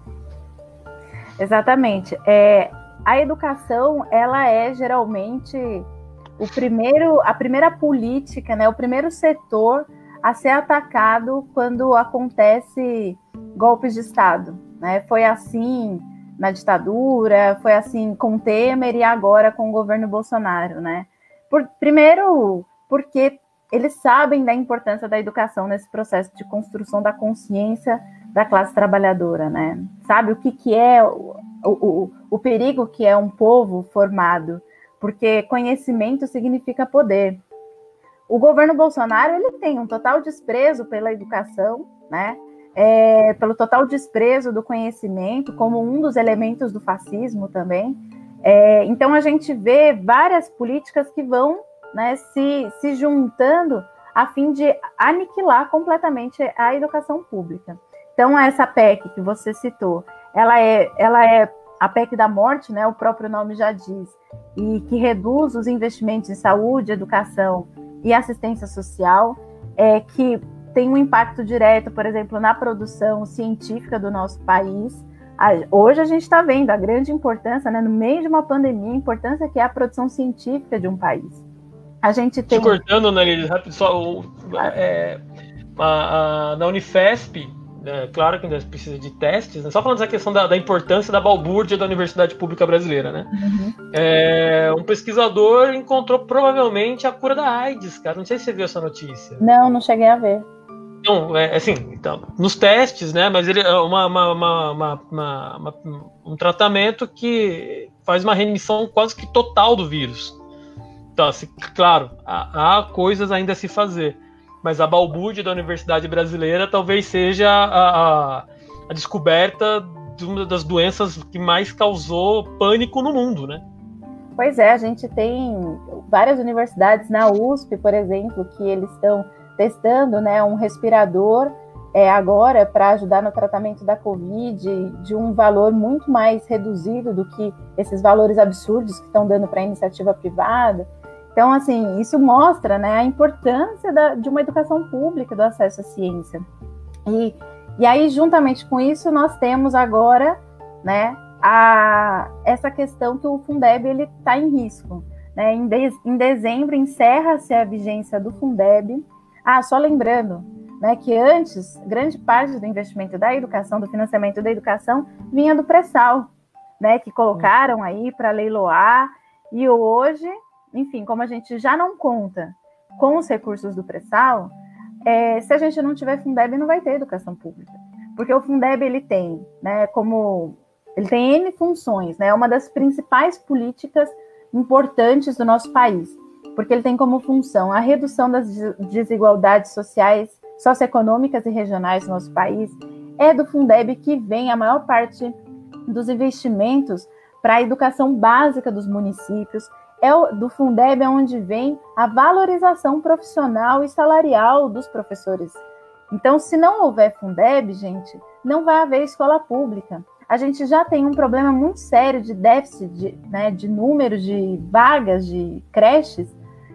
B: Exatamente. É, a educação, ela é geralmente o primeiro, a primeira política, né, o primeiro setor a ser atacado quando acontece golpes de Estado. Né? Foi assim na ditadura, foi assim com Temer e agora com o governo Bolsonaro. Né? Por, primeiro, porque eles sabem da importância da educação nesse processo de construção da consciência da classe trabalhadora, né? Sabe o que, que é o, o, o perigo que é um povo formado, porque conhecimento significa poder. O governo Bolsonaro, ele tem um total desprezo pela educação, né? É, pelo total desprezo do conhecimento, como um dos elementos do fascismo também. É, então, a gente vê várias políticas que vão, né, se, se juntando a fim de aniquilar completamente a educação pública. Então, essa P E C que você citou, ela é, ela é a P E C da morte, né, o próprio nome já diz, e que reduz os investimentos em saúde, educação e assistência social, é, que tem um impacto direto, por exemplo, na produção científica do nosso país. Hoje a gente está vendo a grande importância, né, no meio de uma pandemia, a importância que é a produção científica de um país. A gente tem...
A: Te cortando, Nelly, rápido, só, é, a, a, na Unifesp, é, claro que ainda precisa de testes, né? Só falando dessa questão da, da importância da balbúrdia da Universidade Pública Brasileira, né? Uhum. É, um pesquisador encontrou provavelmente a cura da AIDS, cara. Não sei se você viu essa notícia.
B: Não, não cheguei a ver.
A: Então, é, assim, então, nos testes, né? Mas ele é uma, uma, uma, uma, uma, um tratamento que faz uma remissão quase que total do vírus. Então, assim, claro, há, há coisas ainda a se fazer. Mas a balbúrdia da Universidade Brasileira talvez seja a, a, a descoberta de uma das doenças que mais causou pânico no mundo, né?
B: Pois é, a gente tem várias universidades, na U S P, por exemplo, que eles estão testando, né, um respirador é, agora para ajudar no tratamento da Covid de um valor muito mais reduzido do que esses valores absurdos que estão dando para a iniciativa privada. Então, assim, isso mostra, né, a importância da, de uma educação pública, do acesso à ciência. E, e aí, juntamente com isso, nós temos agora, né, a, essa questão que o Fundeb está em risco. Né? Em, de, em dezembro, encerra-se a vigência do Fundeb. Ah, só lembrando, né, que antes, grande parte do investimento da educação, do financiamento da educação, vinha do pré-sal, né, que colocaram aí para leiloar, e hoje... Enfim, como a gente já não conta com os recursos do pré-sal, é, se a gente não tiver Fundeb, não vai ter educação pública. Porque o Fundeb, ele tem, né, como... Ele tem N funções, né? É uma das principais políticas importantes do nosso país. Porque ele tem como função a redução das desigualdades sociais, socioeconômicas e regionais no nosso país. É do Fundeb que vem a maior parte dos investimentos para a educação básica dos municípios. É do Fundeb é onde vem a valorização profissional e salarial dos professores. Então, se não houver Fundeb, gente, não vai haver escola pública. A gente já tem um problema muito sério de déficit de, né, de número de vagas de creches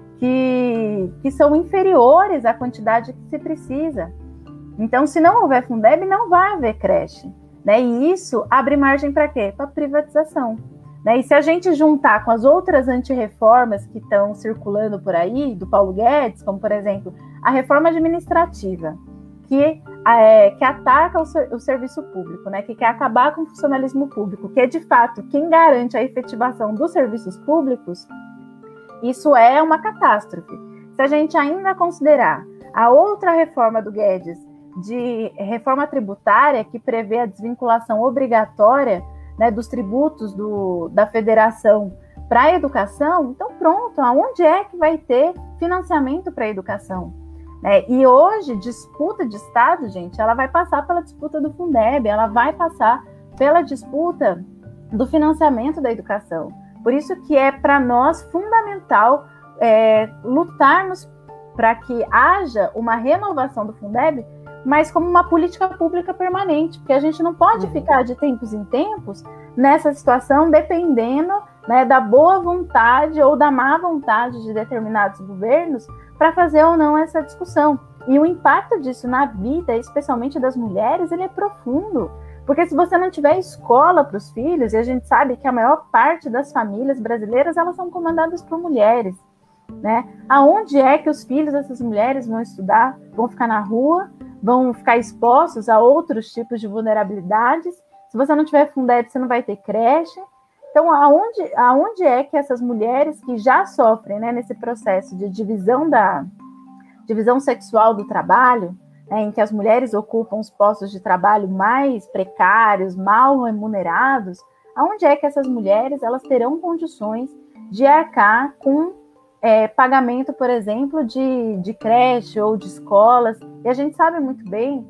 B: que, que são inferiores à quantidade que se precisa. Então, se não houver Fundeb, não vai haver creche. Né? E isso abre margem para quê? Para privatização. Né? E se a gente juntar com as outras antirreformas que estão circulando por aí, do Paulo Guedes, como, por exemplo, a reforma administrativa, que, é, que ataca o, o serviço público, né? Que quer acabar com o funcionalismo público, que é, de fato, quem garante a efetivação dos serviços públicos, isso é uma catástrofe. Se a gente ainda considerar a outra reforma do Guedes, de reforma tributária, que prevê a desvinculação obrigatória, né, dos tributos do, da federação para a educação, então pronto, aonde é que vai ter financiamento para a educação? Né? E hoje, disputa de Estado, gente, ela vai passar pela disputa do Fundeb, ela vai passar pela disputa do financiamento da educação. Por isso que é para nós fundamental é, lutarmos para que haja uma renovação do Fundeb, mas como uma política pública permanente, porque a gente não pode ficar de tempos em tempos nessa situação dependendo, né, da boa vontade ou da má vontade de determinados governos para fazer ou não essa discussão. E o impacto disso na vida, especialmente das mulheres, ele é profundo, porque se você não tiver escola para os filhos, e a gente sabe que a maior parte das famílias brasileiras, elas são comandadas por mulheres, né? Aonde é que os filhos dessas mulheres vão estudar? Vão ficar na rua? Vão ficar expostos a outros tipos de vulnerabilidades? Se você não tiver Fundeb, você não vai ter creche. Então, aonde, aonde é que essas mulheres que já sofrem, né, nesse processo de divisão, da, divisão sexual do trabalho, né, em que as mulheres ocupam os postos de trabalho mais precários, mal remunerados, aonde é que essas mulheres elas terão condições de arcar com É, pagamento, por exemplo, de, de creche ou de escolas, e a gente sabe muito bem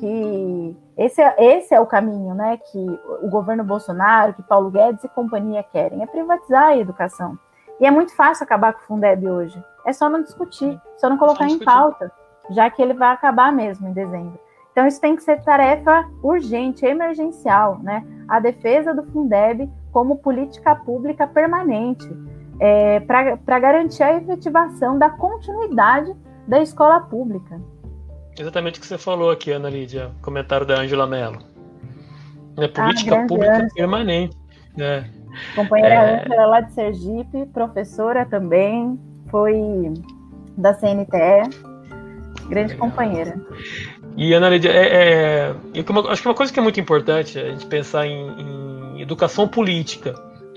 B: que esse é, esse é o caminho, né, que o governo Bolsonaro, que Paulo Guedes e companhia querem, é privatizar a educação. E é muito fácil acabar com o Fundeb hoje, é só não discutir, só não colocar em pauta, já que ele vai acabar mesmo em dezembro. Então, isso tem que ser tarefa urgente, emergencial, né? A defesa do Fundeb como política pública permanente, é, para garantir a efetivação da continuidade da escola pública.
A: Exatamente o que você falou aqui, Ana Lídia, comentário da Ângela Mello. É política
B: ah,
A: pública
B: Ângela.
A: permanente. É.
B: Companheira
A: é...
B: Ângela, lá de Sergipe, professora também, foi da C N T E, grande Legal. companheira.
A: E, Ana Lídia, é, é, eu, acho que uma coisa que é muito importante é a gente pensar em, em educação política.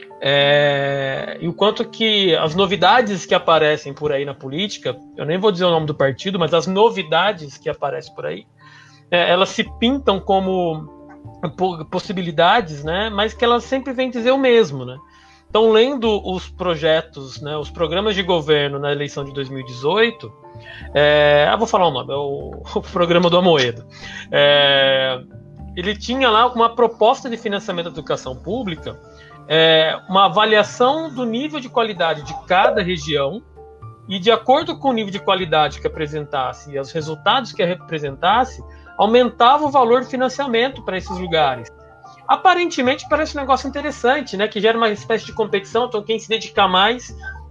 A: É, e o quanto que as novidades que aparecem por aí na política, eu nem vou dizer o nome do partido, mas as novidades que aparecem por aí, é, elas se pintam como possibilidades, né, mas que elas sempre vêm dizer o mesmo, né? Então, lendo os projetos, né, os programas de governo na eleição de dois mil e dezoito, é, ah, vou falar o nome, é o, o programa do Amoedo. É, ele tinha lá uma proposta de financiamento da educação pública, é, uma avaliação do nível de qualidade de cada região, e de acordo com o nível de qualidade que apresentasse e os resultados que representasse, aumentava o valor de financiamento para esses lugares. Aparentemente parece um negócio interessante, né, que gera uma espécie de competição, então quem se dedicar mais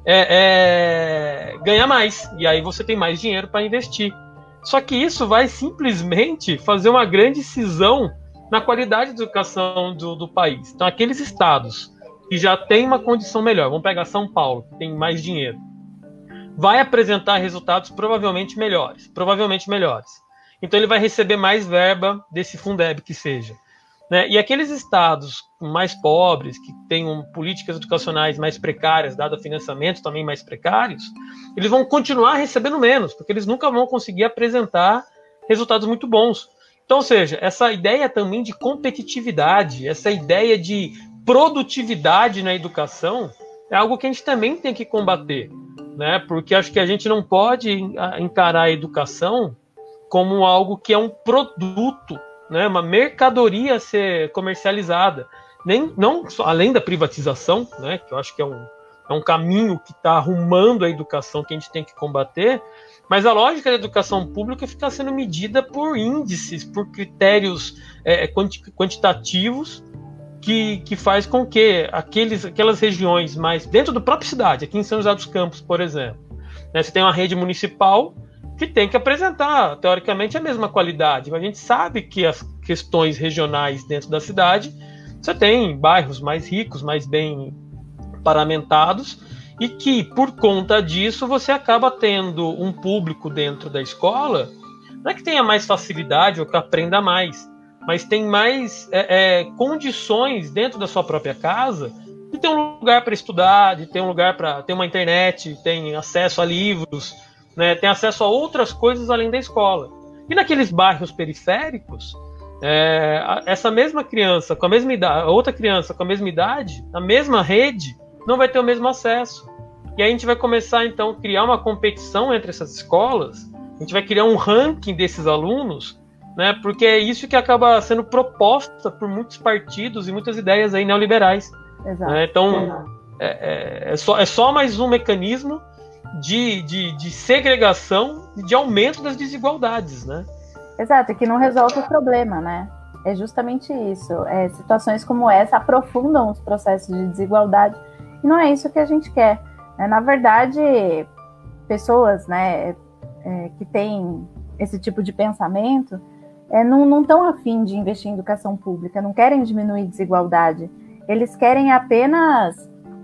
A: é, é, ganha mais, e aí você tem mais dinheiro para investir. Só que isso vai simplesmente fazer uma grande cisão na qualidade de educação do, do país. Então, aqueles estados que já têm uma condição melhor, vamos pegar São Paulo, que tem mais dinheiro, vai apresentar resultados provavelmente melhores, provavelmente melhores. Então, ele vai receber mais verba desse Fundeb que seja. Né? E aqueles estados mais pobres, que tenham políticas educacionais mais precárias, dado financiamentos também mais precários, eles vão continuar recebendo menos, porque eles nunca vão conseguir apresentar resultados muito bons. Então, ou seja, essa ideia também de competitividade, essa ideia de produtividade na educação, é algo que a gente também tem que combater, né? Porque acho que a gente não pode encarar a educação como algo que é um produto, né, uma mercadoria a ser comercializada, nem, não além da privatização, né, que eu acho que é um, é um caminho que está arrumando a educação que a gente tem que combater, mas a lógica da educação pública fica sendo medida por índices, por critérios é, quantitativos, que, que faz com que aqueles, aquelas regiões mais dentro da própria cidade, aqui em São José dos Campos, por exemplo, né, você tem uma rede municipal que tem que apresentar, teoricamente, a mesma qualidade. Mas a gente sabe que as questões regionais dentro da cidade, você tem bairros mais ricos, mais bem paramentados, e que, por conta disso, você acaba tendo um público dentro da escola, não é que tenha mais facilidade ou que aprenda mais, mas tem mais é, é, condições dentro da sua própria casa de ter um lugar para estudar, de ter um lugar para ter uma internet, tem acesso a livros, né, tem acesso a outras coisas além da escola. E naqueles bairros periféricos, é, essa mesma criança com a mesma idade, a outra criança com a mesma idade, na mesma rede, não vai ter o mesmo acesso. E aí a gente vai começar, então, a criar uma competição entre essas escolas, a gente vai criar um ranking desses alunos, né, porque é isso que acaba sendo proposta por muitos partidos e muitas ideias aí neoliberais.
B: Exato.
A: Né? Então, é, é, é, só, é só mais um mecanismo De, de, de segregação e de aumento das desigualdades, né?
B: Exato, que não resolve o problema, né? É justamente isso. É, situações como essa aprofundam os processos de desigualdade e não é isso que a gente quer. É, na verdade, pessoas, né, é, que têm esse tipo de pensamento é, não estão afim de investir em educação pública, não querem diminuir desigualdade. Eles querem apenas...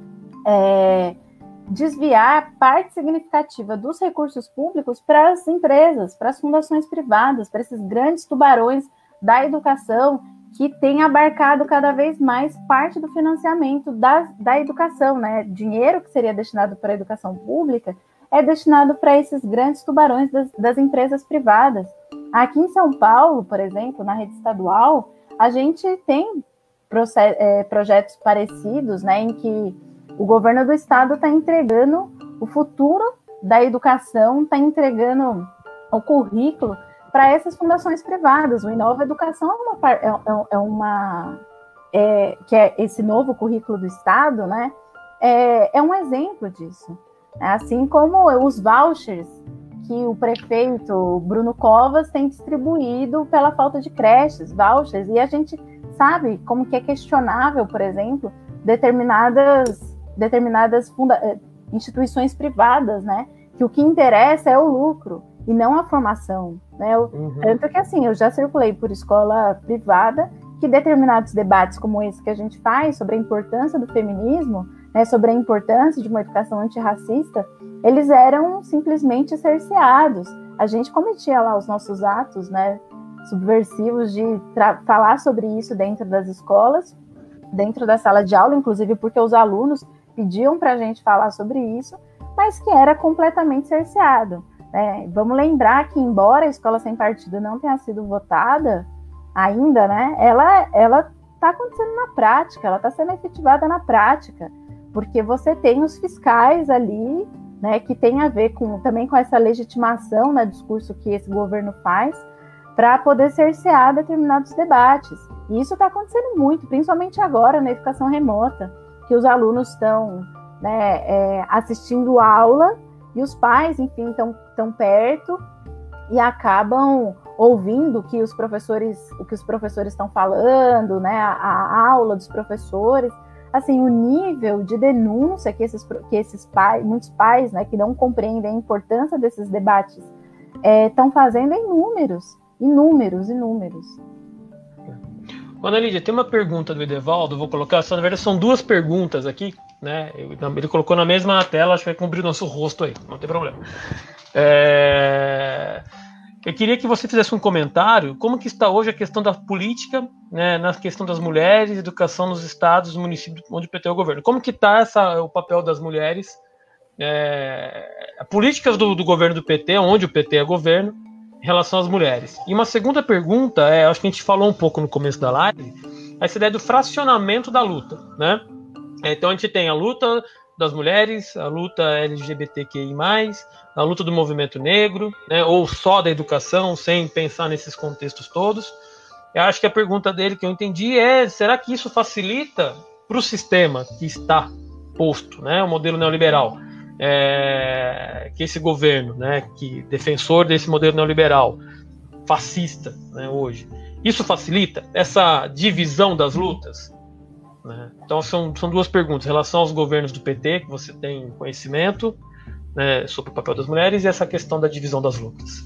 B: É, desviar parte significativa dos recursos públicos para as empresas, para as fundações privadas, para esses grandes tubarões da educação que têm abarcado cada vez mais parte do financiamento da, da educação, né? Dinheiro que seria destinado para a educação pública é destinado para esses grandes tubarões das, das empresas privadas. Aqui em São Paulo, por exemplo, na rede estadual, a gente tem proce- é, projetos parecidos, né, em que o governo do estado está entregando o futuro da educação, está entregando o currículo para essas fundações privadas. O Inova Educação é uma, é, é uma é, que é esse novo currículo do estado, né? É, é um exemplo disso. Assim como os vouchers que o prefeito Bruno Covas tem distribuído pela falta de creches, vouchers, e a gente sabe como que é questionável, por exemplo, determinadas, determinadas funda- instituições privadas, né? Que o que interessa é o lucro e não a formação, né? Eu, uhum. Tanto que, assim, eu já circulei por escola privada que determinados debates como esse que a gente faz sobre a importância do feminismo, né, sobre a importância de uma educação antirracista, eles eram simplesmente cerceados. A gente cometia lá os nossos atos, né, subversivos de tra- falar sobre isso dentro das escolas, dentro da sala de aula, inclusive porque os alunos pediam para a gente falar sobre isso, mas que era completamente cerceado. Né? Vamos lembrar que, embora a escola sem partido não tenha sido votada ainda, né, ela ela está acontecendo na prática, ela está sendo efetivada na prática, porque você tem os fiscais ali, né, que tem a ver com, também com essa legitimação, né, discurso que esse governo faz, para poder cercear determinados debates. E isso está acontecendo muito, principalmente agora na educação remota, que os alunos estão, né, é, assistindo aula e os pais, enfim, estão tão perto e acabam ouvindo que os professores, o que os professores estão falando, né, a, a aula dos professores. Assim, o nível de denúncia que esses, que esses pais, muitos pais, né, que não compreendem a importância desses debates, estão é, fazendo em números, inúmeros, inúmeros.
A: Ana Lídia, tem uma pergunta do Edevaldo, vou colocar, só, na verdade são duas perguntas aqui, né? Ele colocou na mesma tela, acho que vai cobrir o nosso rosto aí, não tem problema. É... Eu queria que você fizesse um comentário, como que está hoje a questão da política, né, na questão das mulheres, educação nos estados, municípios onde o P T é o governo. Como que está o papel das mulheres, é, políticas do, do governo do P T, onde o P T é governo, em relação às mulheres. E uma segunda pergunta, é, acho que a gente falou um pouco no começo da live, essa ideia do fracionamento da luta, né? Então a gente tem a luta das mulheres, a luta L G B T Q I mais, a luta do movimento negro, né, ou só da educação, sem pensar nesses contextos todos. Eu acho que a pergunta dele, que eu entendi, é: será que isso facilita para o sistema que está posto, né, o modelo neoliberal, é, que esse governo, né, que defensor desse modelo neoliberal, fascista, né, hoje, isso facilita essa divisão das lutas? Né? Então são, são duas perguntas em relação aos governos do P T, que você tem conhecimento, né, sobre o papel das mulheres, e essa questão da divisão das lutas.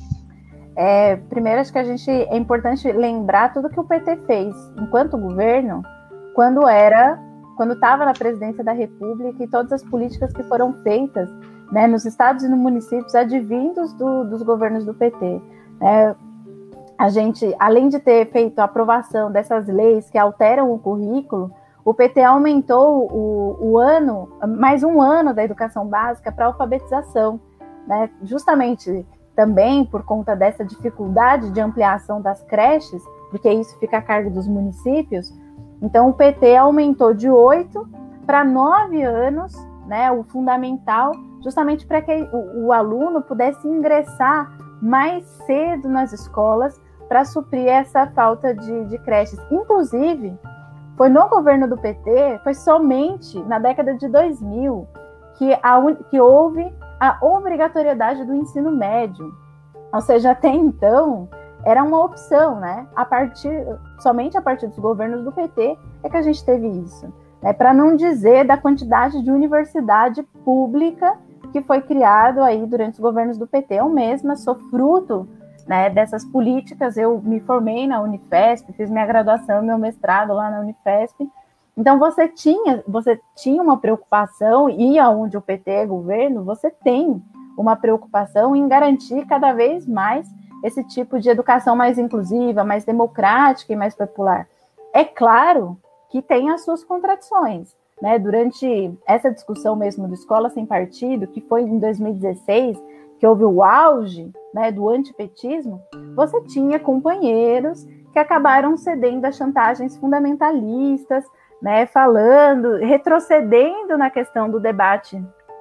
B: É, primeiro, acho que a gente é importante lembrar tudo que o P T fez enquanto governo, quando era, quando estava na presidência da República, e todas as políticas que foram feitas, né, nos estados e nos municípios advindos do, dos governos do P T. É, a gente, além de ter feito a aprovação dessas leis que alteram o currículo, o P T aumentou o, o ano, mais um ano da educação básica para alfabetização, né? Justamente também por conta dessa dificuldade de ampliação das creches, porque isso fica a cargo dos municípios. Então o P T aumentou de oito para nove anos, né, o fundamental, justamente para que o, o aluno pudesse ingressar mais cedo nas escolas para suprir essa falta de, de creches. Inclusive, foi no governo do P T, foi somente na década de dois mil que, a, que houve a obrigatoriedade do ensino médio. Ou seja, até então, era uma opção, né? A partir, somente a partir dos governos do P T é que a gente teve isso. Né? Para não dizer da quantidade de universidade pública que foi criado aí durante os governos do P T. Eu mesma sou fruto, né, dessas políticas. Eu me formei na Unifesp, fiz minha graduação e meu mestrado lá na Unifesp. Então você tinha, você tinha uma preocupação, e aonde o P T é governo, você tem uma preocupação em garantir cada vez mais esse tipo de educação mais inclusiva, mais democrática e mais popular. É claro que tem as suas contradições, né? Durante essa discussão mesmo do Escola Sem Partido, que foi em dois mil e dezesseis, que houve o auge, né, do antipetismo, você tinha companheiros que acabaram cedendo a chantagens fundamentalistas, né, falando, retrocedendo na questão do debate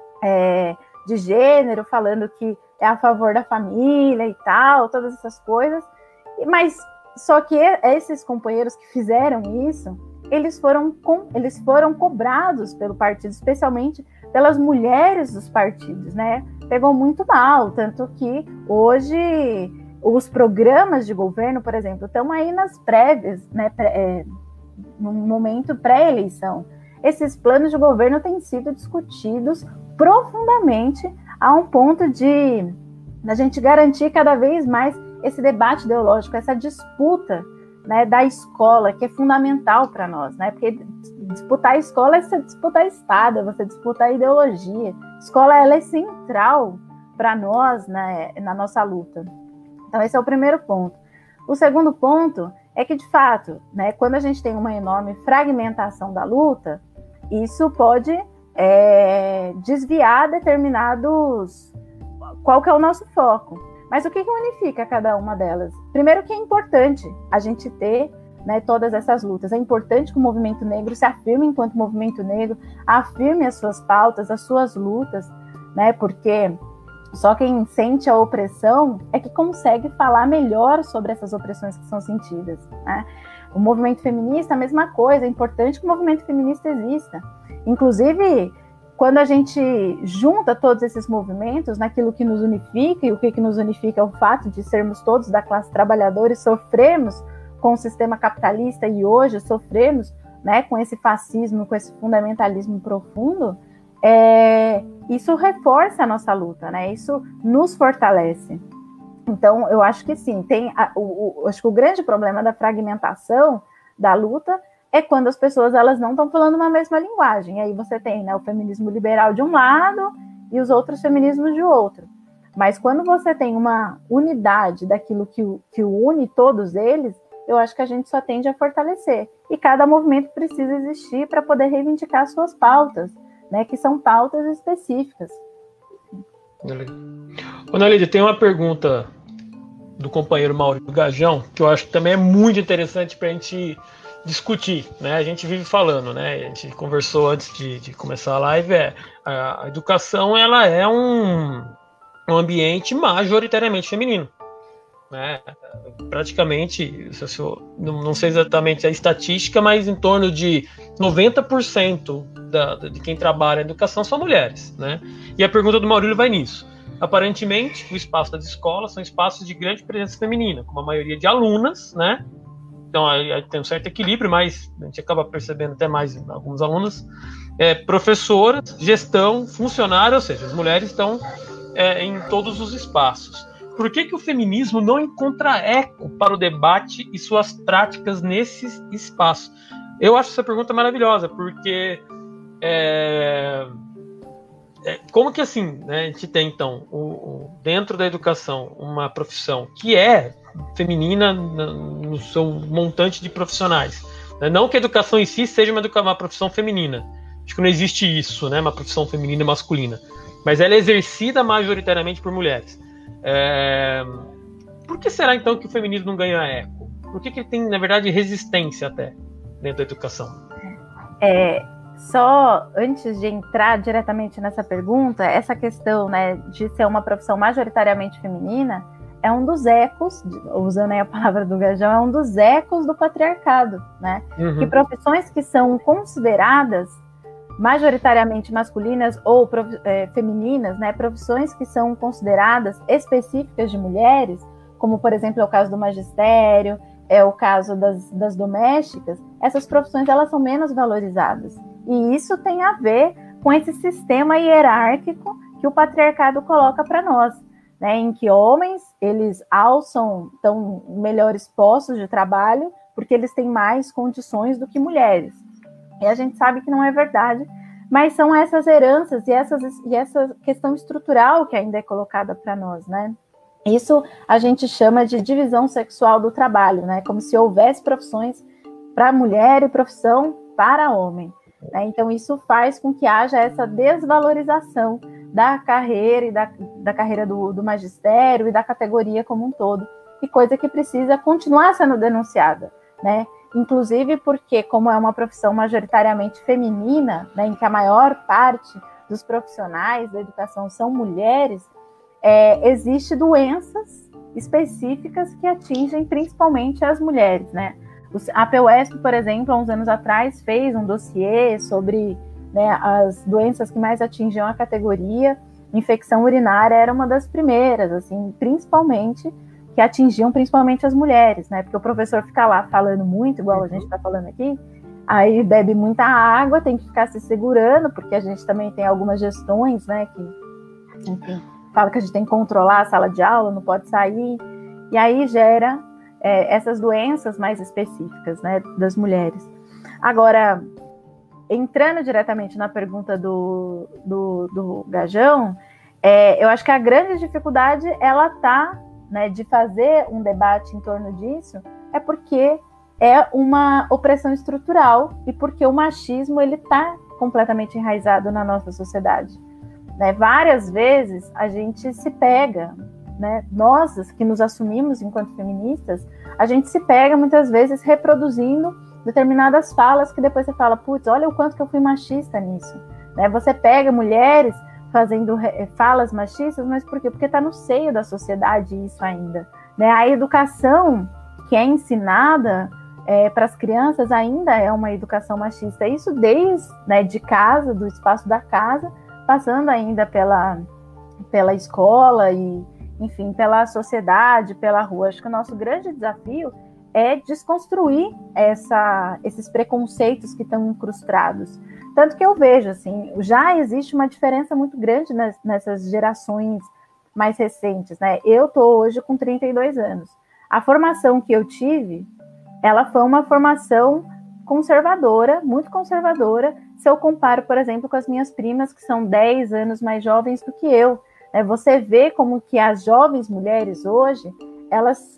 B: é, de gênero, falando que é a favor da família e tal, todas essas coisas. Mas só que esses companheiros que fizeram isso, eles foram, com, eles foram cobrados pelo partido, especialmente pelas mulheres dos partidos, né? Pegou muito mal, tanto que hoje os programas de governo, por exemplo, estão aí nas prévias, né? É, no momento pré-eleição. Esses planos de governo têm sido discutidos profundamente a um ponto de a gente garantir cada vez mais esse debate ideológico, essa disputa, né, da escola, que é fundamental para nós, né? Porque disputar a escola é você disputar a espada, você disputar a ideologia. A escola, ela é central para nós, né, na nossa luta. Então, esse é o primeiro ponto. O segundo ponto é que, de fato, né, quando a gente tem uma enorme fragmentação da luta, isso pode é, desviar determinados... Qual que é o nosso foco? Mas o que, que unifica cada uma delas? Primeiro que é importante a gente ter, né, todas essas lutas. É importante que o movimento negro se afirme enquanto movimento negro, afirme as suas pautas, as suas lutas, né, porque só quem sente a opressão é que consegue falar melhor sobre essas opressões que são sentidas, né? O movimento feminista, a mesma coisa, é importante que o movimento feminista exista. Inclusive, quando a gente junta todos esses movimentos naquilo que nos unifica, e o que, que nos unifica é o fato de sermos todos da classe trabalhadora e sofremos com o sistema capitalista, e hoje sofremos, né, com esse fascismo, com esse fundamentalismo profundo, é, isso reforça a nossa luta, né? Isso nos fortalece. Então, eu acho que sim, tem a, o, o, acho que o grande problema da fragmentação da luta é quando as pessoas elas não estão falando uma mesma linguagem. E aí você tem, né, o feminismo liberal de um lado e os outros feminismos de outro. Mas quando você tem uma unidade daquilo que, que une todos eles, eu acho que a gente só tende a fortalecer. E cada movimento precisa existir para poder reivindicar suas pautas, né, que são pautas específicas.
A: Ana Lídia, tem uma pergunta do companheiro Maurício Gajão, que eu acho que também é muito interessante para a gente discutir, né? A gente vive falando, né? A gente conversou antes de, de começar a live, é, a, a educação ela é um, um ambiente majoritariamente feminino, né? Praticamente, se eu, não, não sei exatamente a estatística, mas em torno de noventa por cento da, de quem trabalha em educação são mulheres, né? E a pergunta do Maurílio vai nisso. Aparentemente, o espaço das escolas são espaços de grande presença feminina, com a maioria de alunas, né? Então, aí, aí tem um certo equilíbrio, mas a gente acaba percebendo até mais em alguns alunos. É, professoras, gestão, funcionário, ou seja, as mulheres estão é, em todos os espaços. Por que que o feminismo não encontra eco para o debate e suas práticas nesses espaços? Eu acho essa pergunta maravilhosa, porque é, é, como que assim, né, a gente tem então, o, o, dentro da educação, uma profissão que é feminina no seu montante de profissionais. Não que a educação em si seja uma, uma profissão feminina. Acho que não existe isso, né? Uma profissão feminina e masculina. Mas ela é exercida majoritariamente por mulheres. É... Por que será, então, que o feminismo não ganha eco? Por que, que ele tem, na verdade, resistência até dentro da educação?
B: É, só antes de entrar diretamente nessa pergunta, essa questão, né, de ser uma profissão majoritariamente feminina é um dos ecos, usando aí a palavra do Gajão, é um dos ecos do patriarcado, né? Uhum. Que profissões que são consideradas majoritariamente masculinas ou é, femininas, né? Profissões que são consideradas específicas de mulheres, como, por exemplo, é o caso do magistério, é o caso das, das domésticas, essas profissões elas são menos valorizadas. E isso tem a ver com esse sistema hierárquico que o patriarcado coloca para nós, né, em que homens, eles alçam, estão em melhores postos de trabalho, porque eles têm mais condições do que mulheres. E a gente sabe que não é verdade, mas são essas heranças e, essas, e essa questão estrutural que ainda é colocada para nós, né? Isso a gente chama de divisão sexual do trabalho, né? Como se houvesse profissões para mulher e profissão para homem, né? Então isso faz com que haja essa desvalorização da carreira e da, da carreira do, do magistério e da categoria como um todo, e coisa que precisa continuar sendo denunciada, né? Inclusive porque, como é uma profissão majoritariamente feminina, né, em que a maior parte dos profissionais da educação são mulheres, é, existe doenças específicas que atingem principalmente as mulheres, né? A P U E S P, por exemplo, há uns anos atrás, fez um dossiê sobre, né, as doenças que mais atingiam a categoria, infecção urinária era uma das primeiras, assim, principalmente, que atingiam principalmente as mulheres, né, porque o professor fica lá falando muito, igual a gente está falando aqui, aí bebe muita água, tem que ficar se segurando, porque a gente também tem algumas gestões, né, que, enfim, fala que a gente tem que controlar a sala de aula, não pode sair, e aí gera é, essas doenças mais específicas, né, das mulheres. Agora, entrando diretamente na pergunta do, do, do Gajão, é, eu acho que a grande dificuldade, ela está, né, de fazer um debate em torno disso, é porque é uma opressão estrutural e porque o machismo ele está completamente enraizado na nossa sociedade. Né? Várias vezes a gente se pega, né? Nós que nos assumimos enquanto feministas, a gente se pega muitas vezes reproduzindo determinadas falas que depois você fala, putz, olha o quanto que eu fui machista nisso. Né? Você pega mulheres fazendo falas machistas, mas por quê? Porque está no seio da sociedade isso ainda. Né? A educação que é ensinada é, para as crianças ainda é uma educação machista. Isso desde, né, de casa, do espaço da casa, passando ainda pela, pela escola e, enfim, pela sociedade, pela rua. Acho que o nosso grande desafio é desconstruir essa, esses preconceitos que estão incrustados. Tanto que eu vejo, assim, já existe uma diferença muito grande nas, nessas gerações mais recentes, né? Eu estou hoje com trinta e dois anos. A formação que eu tive, ela foi uma formação conservadora, muito conservadora, se eu comparo, por exemplo, com as minhas primas, que são dez anos mais jovens do que eu. Né? Você vê como que as jovens mulheres hoje, elas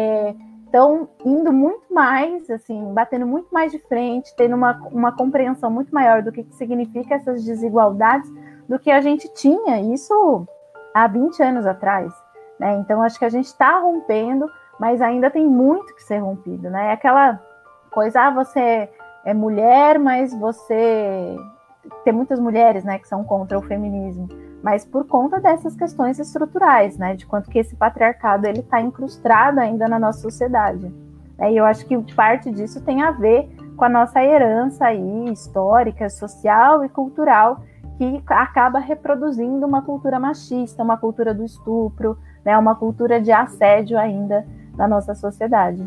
B: estão é, indo muito mais, assim, batendo muito mais de frente, tendo uma, uma compreensão muito maior do que significa essas desigualdades do que a gente tinha, isso há vinte anos atrás. Né? Então, acho que a gente está rompendo, mas ainda tem muito que ser rompido. Né? É aquela coisa, ah, você é mulher, mas você... Tem muitas mulheres, né, que são contra o feminismo, mas por conta dessas questões estruturais, né, de quanto que esse patriarcado ele está incrustado ainda na nossa sociedade. E eu acho que parte disso tem a ver com a nossa herança aí, histórica, social e cultural, que acaba reproduzindo uma cultura machista, uma cultura do estupro, né, uma cultura de assédio ainda na nossa sociedade.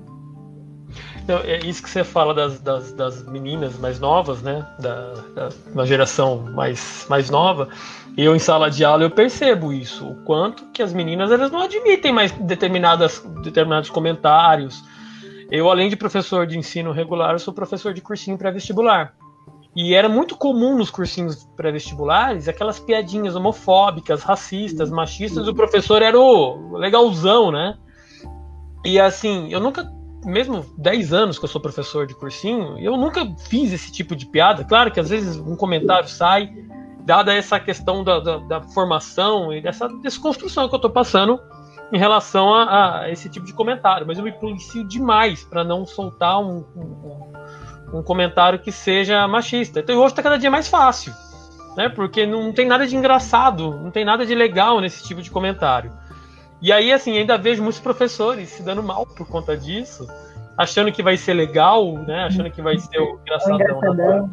A: Então, é isso que você fala das, das, das meninas mais novas, né? Da, da uma geração mais, mais nova. Eu, em sala de aula, eu percebo isso. O quanto que as meninas elas não admitem mais determinadas, determinados comentários. Eu, além de professor de ensino regular, eu sou professor de cursinho pré-vestibular. E era muito comum nos cursinhos pré-vestibulares aquelas piadinhas homofóbicas, racistas, machistas. O professor era o legalzão, né? E assim, eu nunca... Mesmo dez anos que eu sou professor de cursinho, eu nunca fiz esse tipo de piada. Claro que às vezes um comentário sai, dada essa questão da, da, da formação e dessa desconstrução que eu estou passando em relação a, a esse tipo de comentário. Mas eu me policio demais para não soltar um, um, um comentário que seja machista. Então hoje está cada dia mais fácil, né? Porque não tem nada de engraçado, não tem nada de legal nesse tipo de comentário. E aí, assim, ainda vejo muitos professores se dando mal por conta disso, achando que vai ser legal, né? Achando que vai ser o engraçadão. engraçadão.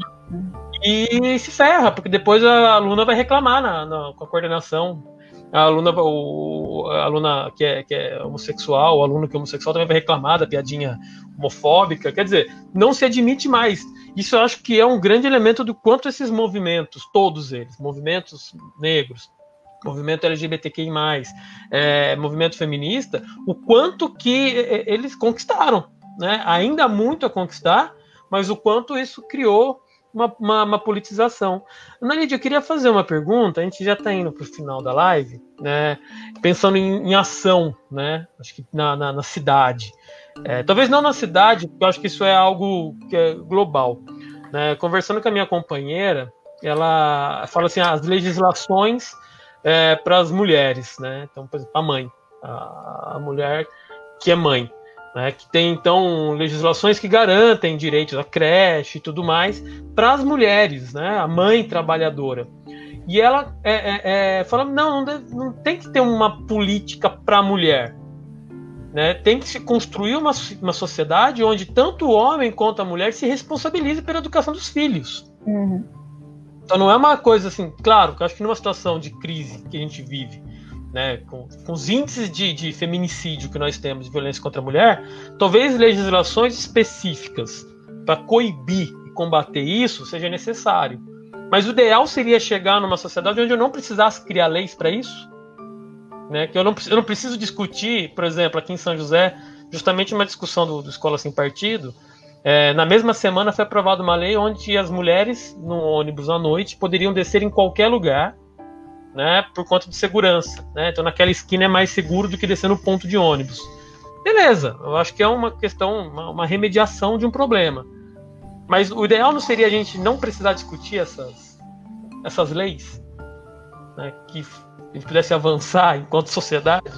A: E se ferra, porque depois a aluna vai reclamar na, na, com a coordenação. A aluna, o, a aluna que, é, que é homossexual, o aluno que é homossexual também vai reclamar da piadinha homofóbica. Quer dizer, não se admite mais. Isso eu acho que é um grande elemento do quanto esses movimentos, todos eles, movimentos negros, movimento L G B T Q I mais, é, movimento feminista, o quanto que eles conquistaram, né? Ainda há muito a conquistar, mas o quanto isso criou uma, uma, uma politização. Ana Lídia, eu queria fazer uma pergunta, a gente já está indo para o final da live, né? Pensando em, em ação, né? Acho que na, na, na cidade. É, talvez não na cidade, porque eu acho que isso é algo que é global. Né? Conversando com a minha companheira, ela fala assim, ah, as legislações É, para as mulheres, né? Então, por exemplo, a mãe, a, a mulher que é mãe, né? Que tem então legislações que garantem direitos à creche e tudo mais para as mulheres, né? A mãe trabalhadora. E ela é, é, é, fala, não, não, deve, não tem que ter uma política para a mulher, né? Tem que se construir uma, uma sociedade onde tanto o homem quanto a mulher se responsabilizem pela educação dos filhos.
B: Uhum.
A: Então não é uma coisa assim, claro, que eu acho que numa situação de crise que a gente vive, né, com, com os índices de, de feminicídio que nós temos, de violência contra a mulher, talvez legislações específicas para coibir e combater isso seja necessário. Mas o ideal seria chegar numa sociedade onde eu não precisasse criar leis para isso, né, que eu não, eu não preciso discutir, por exemplo, aqui em São José, justamente uma discussão do, do Escola Sem Partido. É, na mesma semana foi aprovada uma lei onde as mulheres no ônibus à noite poderiam descer em qualquer lugar, né, por conta de segurança, né? Então naquela esquina é mais seguro do que descer no ponto de ônibus. Beleza, eu acho que é uma questão, uma, uma remediação de um problema. Mas o ideal não seria a gente não precisar discutir essas, essas leis, né, que a gente pudesse avançar enquanto sociedade?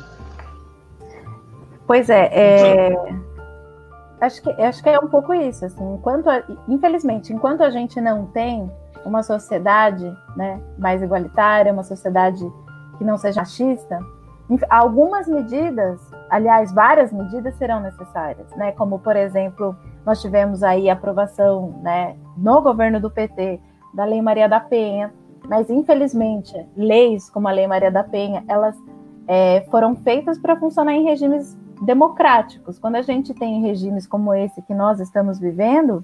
B: Pois é, é... Acho, que, acho que é um pouco isso, assim, enquanto a, infelizmente, enquanto a gente não tem uma sociedade, né, mais igualitária, uma sociedade que não seja machista, algumas medidas, aliás, várias medidas serão necessárias, né, como, por exemplo, nós tivemos aí a aprovação, né, no governo do P T, da Lei Maria da Penha, mas, infelizmente, leis como a Lei Maria da Penha, elas é, foram feitas para funcionar em regimes democráticos. Quando a gente tem regimes como esse que nós estamos vivendo,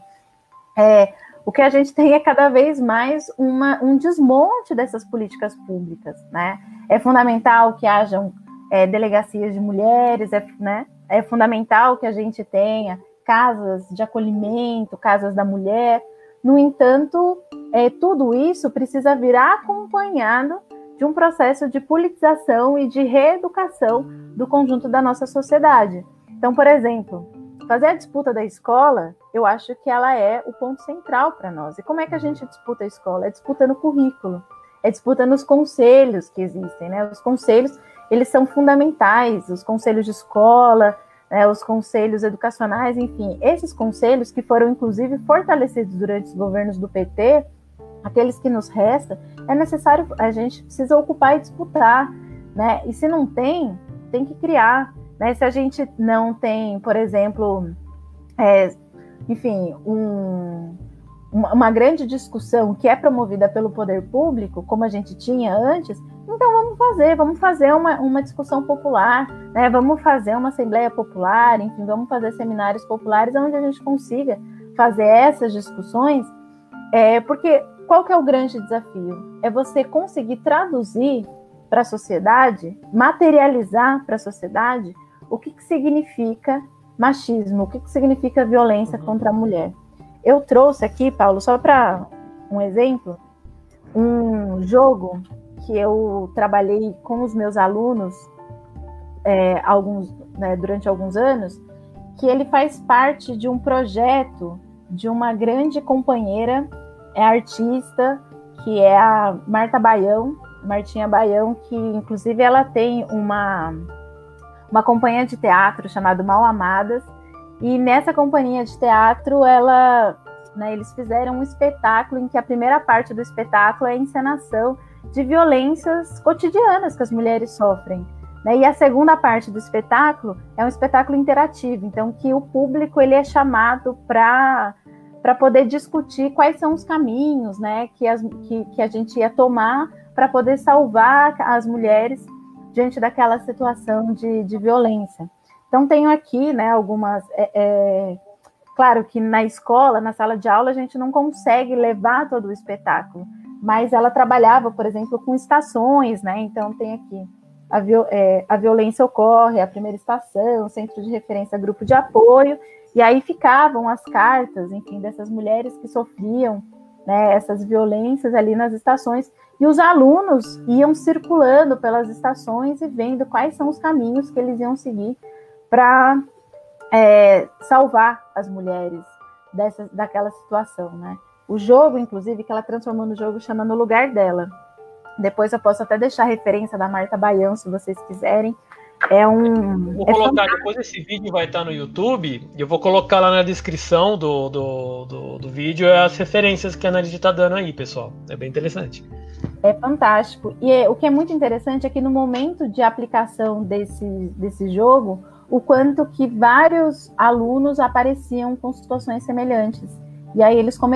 B: é, o que a gente tem é cada vez mais uma, um desmonte dessas políticas públicas, né? É fundamental que hajam é, delegacias de mulheres, é, né? É fundamental que a gente tenha casas de acolhimento, casas da mulher. No entanto, é, tudo isso precisa vir acompanhado de um processo de politização e de reeducação do conjunto da nossa sociedade. Então, por exemplo, fazer a disputa da escola, eu acho que ela é o ponto central para nós. E como é que a gente disputa a escola? É disputa no currículo, é disputa nos conselhos que existem, né? Os conselhos, eles são fundamentais, os conselhos de escola, né, os conselhos educacionais, enfim, esses conselhos que foram, inclusive, fortalecidos durante os governos do P T, aqueles que nos restam, é necessário, a gente precisa ocupar e disputar, né? E se não tem, tem que criar, né? Se a gente não tem, por exemplo, é, enfim, um, uma, uma grande discussão que é promovida pelo poder público, como a gente tinha antes, então vamos fazer, vamos fazer uma, uma discussão popular, né? Vamos fazer uma assembleia popular, enfim, vamos fazer seminários populares onde a gente consiga fazer essas discussões, é, porque qual que é o grande desafio? É você conseguir traduzir para a sociedade, materializar para a sociedade o que, que significa machismo, o que, que significa violência contra a mulher. Eu trouxe aqui, Paulo, só para um exemplo, um jogo que eu trabalhei com os meus alunos é, alguns, né, durante alguns anos, que ele faz parte de um projeto de uma grande companheira, é artista, que é a Marta Baião, Martinha Baião, que inclusive ela tem uma, uma companhia de teatro chamada Mal Amadas, e nessa companhia de teatro, ela, né, eles fizeram um espetáculo em que a primeira parte do espetáculo é a encenação de violências cotidianas que as mulheres sofrem, né, e a segunda parte do espetáculo é um espetáculo interativo, então que o público ele é chamado para para poder discutir quais são os caminhos, né, que, as, que, que a gente ia tomar para poder salvar as mulheres diante daquela situação de, de violência. Então, tenho aqui, né, algumas... É, é, claro que na escola, na sala de aula, a gente não consegue levar todo o espetáculo, mas ela trabalhava, por exemplo, com estações, né, então tem aqui a, viol, é, a violência ocorre, a primeira estação, centro de referência, grupo de apoio, e aí ficavam as cartas, enfim, dessas mulheres que sofriam, né, essas violências ali nas estações, e os alunos iam circulando pelas estações e vendo quais são os caminhos que eles iam seguir para é, salvar as mulheres dessa, daquela situação, né? O jogo, inclusive, que ela transformou no jogo, chama No Lugar Dela. Depois eu posso até deixar a referência da Marta Baião, se vocês quiserem. É um.
A: Vou
B: é
A: colocar,
B: fantástico.
A: depois esse vídeo vai estar no YouTube, e eu vou colocar lá na descrição do, do, do, do vídeo as referências que a Análise está dando aí, pessoal. É bem interessante.
B: É fantástico. E é, o que é muito interessante é que no momento de aplicação desse, desse jogo, o quanto que vários alunos apareciam com situações semelhantes. E aí eles come,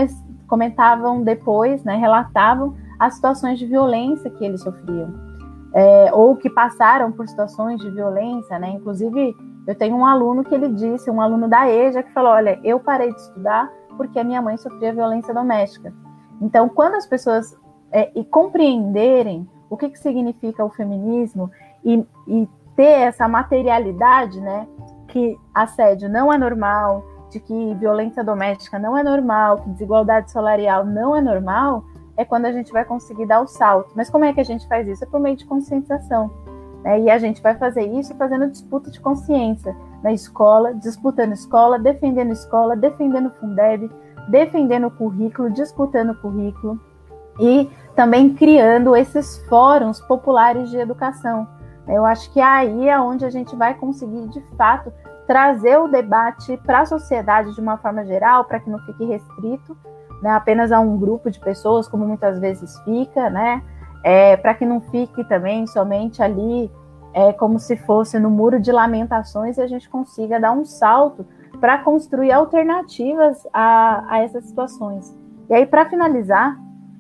B: comentavam depois, né, relatavam as situações de violência que eles sofriam, é, ou que passaram por situações de violência, né? Inclusive, eu tenho um aluno que ele disse, um aluno da EJA, que falou, olha, eu parei de estudar porque a minha mãe sofria violência doméstica. Então, quando as pessoas é, e compreenderem o que, que significa o feminismo e, e ter essa materialidade, né, que assédio não é normal, de que violência doméstica não é normal, que desigualdade salarial não é normal, é quando a gente vai conseguir dar o salto. Mas como é que a gente faz isso? É por meio de conscientização, né? E a gente vai fazer isso fazendo disputa de consciência na escola, disputando escola, defendendo escola, defendendo o Fundeb, defendendo o currículo, disputando o currículo e também criando esses fóruns populares de educação. Eu acho que aí é onde a gente vai conseguir, de fato, trazer o debate para a sociedade de uma forma geral, para que não fique restrito, né, apenas a um grupo de pessoas, como muitas vezes fica, né, é, para que não fique também somente ali, é, como se fosse no muro de lamentações, e a gente consiga dar um salto para construir alternativas a, a essas situações. E aí, para finalizar,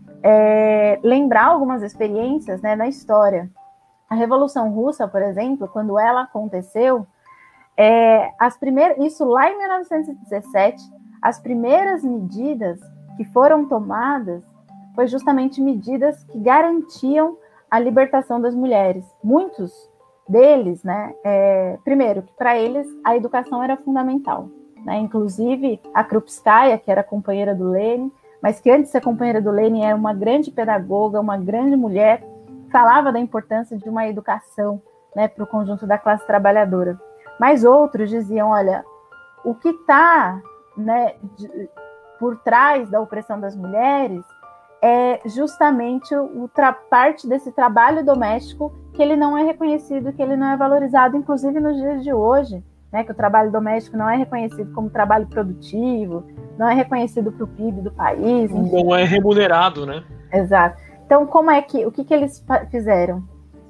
B: é, lembrar algumas experiências, né, na história. A Revolução Russa, por exemplo, quando ela aconteceu, é, as primeiras, isso lá em mil novecentos e dezessete, as primeiras medidas que foram tomadas foi justamente medidas que garantiam a libertação das mulheres. Muitos deles, né, é, primeiro, que para eles a educação era fundamental, né, inclusive a Krupskaya, que era companheira do Lenin, mas que antes de ser companheira do Lenin era uma grande pedagoga, uma grande mulher, falava da importância de uma educação, né, para o conjunto da classe trabalhadora. Mas outros diziam, olha, o que está, né, de, por trás da opressão das mulheres é justamente o tra- parte desse trabalho doméstico que ele não é reconhecido, que ele não é valorizado, inclusive nos dias de hoje, né, que o trabalho doméstico não é reconhecido como trabalho produtivo, não é reconhecido para o P I B do país. Enfim.
A: Não é remunerado, né?
B: Exato. Então, como é que, o que, que eles fizeram?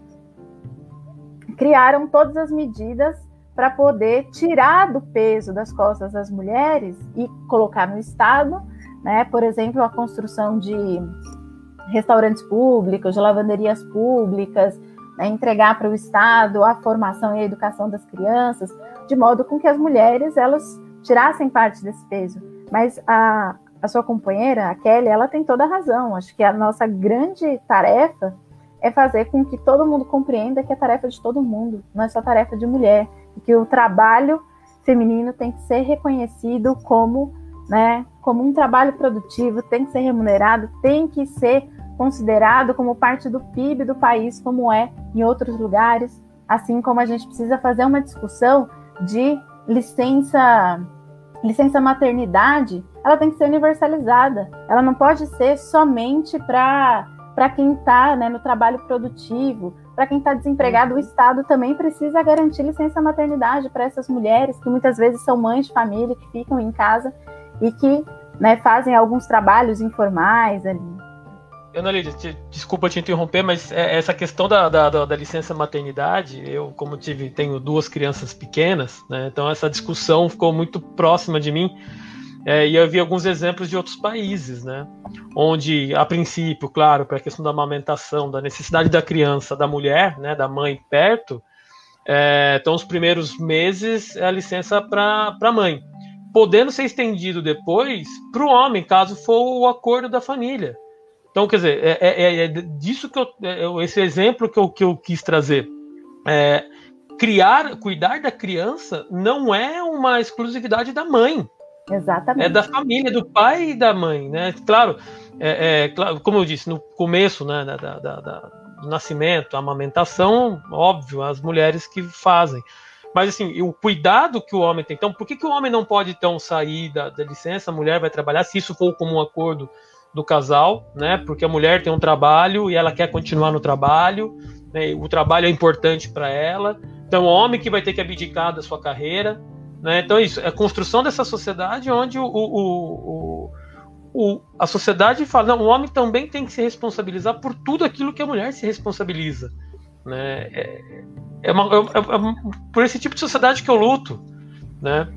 B: Criaram todas as medidas para poder tirar do peso das costas das mulheres e colocar no Estado, né? Por exemplo, a construção de restaurantes públicos, de lavanderias públicas, né? Entregar para o Estado a formação e a educação das crianças, de modo com que as mulheres elas tirassem parte desse peso. Mas a, a sua companheira, a Kelly, ela tem toda a razão. Acho que a nossa grande tarefa é fazer com que todo mundo compreenda que é tarefa de todo mundo, não é só tarefa de mulher, e que o trabalho feminino tem que ser reconhecido como, né, como um trabalho produtivo, tem que ser remunerado, tem que ser considerado como parte do P I B do país, como é em outros lugares, assim como a gente precisa fazer uma discussão de licença, licença maternidade, ela tem que ser universalizada, ela não pode ser somente para para quem está, né, no trabalho produtivo, para quem está desempregado. O Estado também precisa garantir licença maternidade para essas mulheres que muitas vezes são mães de família, que ficam em casa e que, né, fazem alguns trabalhos informais ali.
A: Ana Lídia, te, desculpa te interromper, mas essa questão da, da, da licença maternidade, eu, como tive, tenho duas crianças pequenas, né, então essa discussão ficou muito próxima de mim. É, e eu vi alguns exemplos de outros países, né, onde, a princípio, claro, para a questão da amamentação, da necessidade da criança, da mulher, né, da mãe perto, é, então os primeiros meses é a licença para a mãe, podendo ser estendido depois para o homem, caso for o acordo da família. Então, quer dizer, é, é, é disso que eu, é, esse exemplo que eu, que eu quis trazer. É, criar, cuidar da criança não é uma exclusividade da mãe.
B: Exatamente.
A: É da família, do pai e da mãe, né? Claro, é, é, claro, como eu disse, no começo, né, da, da, da, do nascimento, a amamentação, óbvio, as mulheres que fazem. Mas, assim, o cuidado que o homem tem. Então, por que, que o homem não pode, então, sair da, da licença? A mulher vai trabalhar, se isso for como um acordo do casal, né? Porque a mulher tem um trabalho e ela quer continuar no trabalho, né? O trabalho é importante para ela. Então, o homem que vai ter que abdicar da sua carreira. Né? Então, isso é a construção dessa sociedade onde o, o, o, o, a sociedade fala, não, o homem também tem que se responsabilizar por tudo aquilo que a mulher se responsabiliza. Né? É, é, uma, é, é por esse tipo de sociedade que eu luto. Né?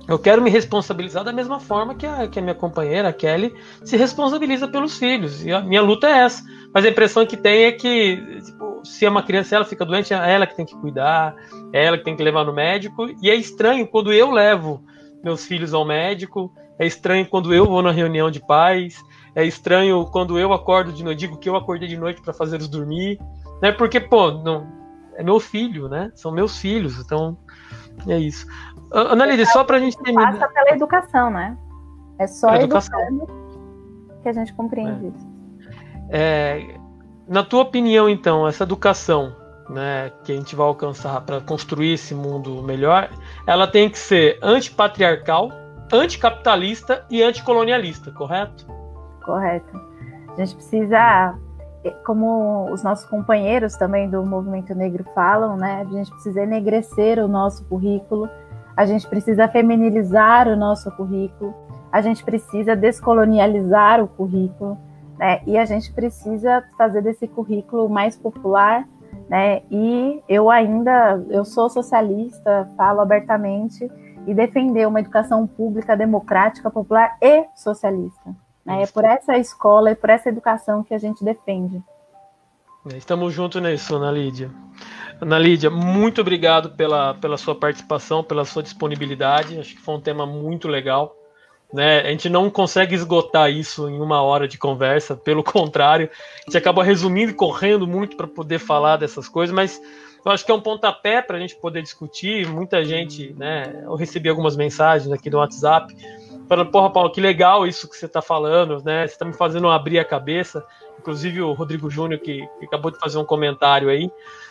A: Eu quero me responsabilizar da mesma forma que a, que a minha companheira, a Kelly, se responsabiliza pelos filhos. E a minha luta é essa. Mas a impressão que tem é que, tipo, se é uma criança, ela fica doente, é ela que tem que cuidar, é ela que tem que levar no médico. E é estranho quando eu levo meus filhos ao médico, é estranho quando eu vou na reunião de pais, é estranho quando eu acordo de noite, digo que eu acordei de noite para fazer eles dormir, né? Porque, pô, não, é meu filho, né? São meus filhos, então é isso. Ana Lídia, só para a gente terminar.
B: Passa pela educação, né? É só
A: educação
B: educando que a gente compreende
A: é.
B: isso.
A: É, na tua opinião, então, essa educação, né, que a gente vai alcançar para construir esse mundo melhor, ela tem que ser antipatriarcal, anticapitalista e anticolonialista, correto?
B: Correto. A gente precisa, como os nossos companheiros também do movimento negro falam, né, a gente precisa enegrecer o nosso currículo, a gente precisa feminilizar o nosso currículo, a gente precisa descolonializar o currículo, né, e a gente precisa fazer desse currículo mais popular, né, e eu ainda, eu sou socialista, falo abertamente, e defender uma educação pública, democrática, popular e socialista. Né, é por essa escola e por essa educação que a gente defende.
A: Estamos juntos nisso, Ana Lídia. Ana Lídia, muito obrigado pela, pela sua participação, pela sua disponibilidade. Acho que foi um tema muito legal. Né? A gente não consegue esgotar isso em uma hora de conversa, pelo contrário, a gente acaba resumindo e correndo muito para poder falar dessas coisas, mas eu acho que é um pontapé para a gente poder discutir. Muita gente, né? Eu recebi algumas mensagens aqui no WhatsApp falando, porra, Paulo, que legal isso que você está falando, né? Você está me fazendo abrir a cabeça. Inclusive o Rodrigo Júnior, que, que acabou de fazer um comentário aí.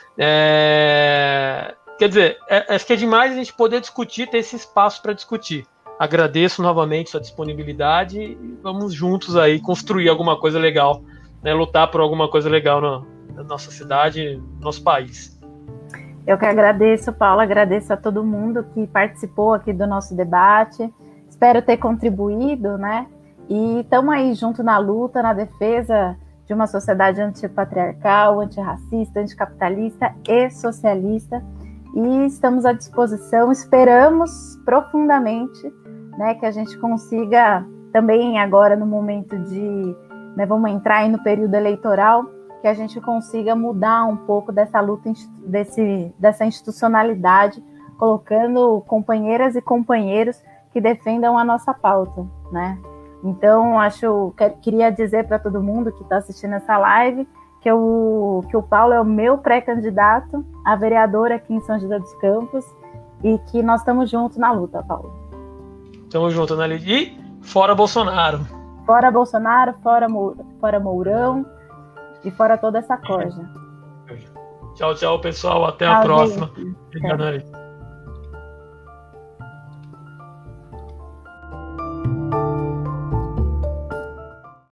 A: É... Quer dizer, é, acho que é demais a gente poder discutir, ter esse espaço para discutir. Agradeço novamente sua disponibilidade e vamos juntos aí construir alguma coisa legal, né? Lutar por alguma coisa legal na, na nossa cidade, no nosso país.
B: Eu que agradeço, Paulo, agradeço a todo mundo que participou aqui do nosso debate. Espero ter contribuído, né? E estamos aí junto na luta, na defesa de uma sociedade antipatriarcal, antirracista, anticapitalista e socialista. E estamos à disposição, esperamos profundamente, né, que a gente consiga também agora no momento de, né, vamos entrar aí no período eleitoral, que a gente consiga mudar um pouco dessa luta, desse, dessa institucionalidade, colocando companheiras e companheiros que defendam a nossa pauta, né? Então, acho, queria dizer para todo mundo que está assistindo essa live que, eu, que o Paulo é o meu pré-candidato a vereador aqui em São José dos Campos e que nós estamos juntos na luta, Paulo.
A: Estamos juntos, Ana Lídia. E fora Bolsonaro.
B: Fora Bolsonaro, fora, fora Mourão e fora toda essa corja.
A: Tchau, tchau, pessoal. Até
B: tchau,
A: a próxima.
B: Gente.
A: Obrigado, Ana Lídia.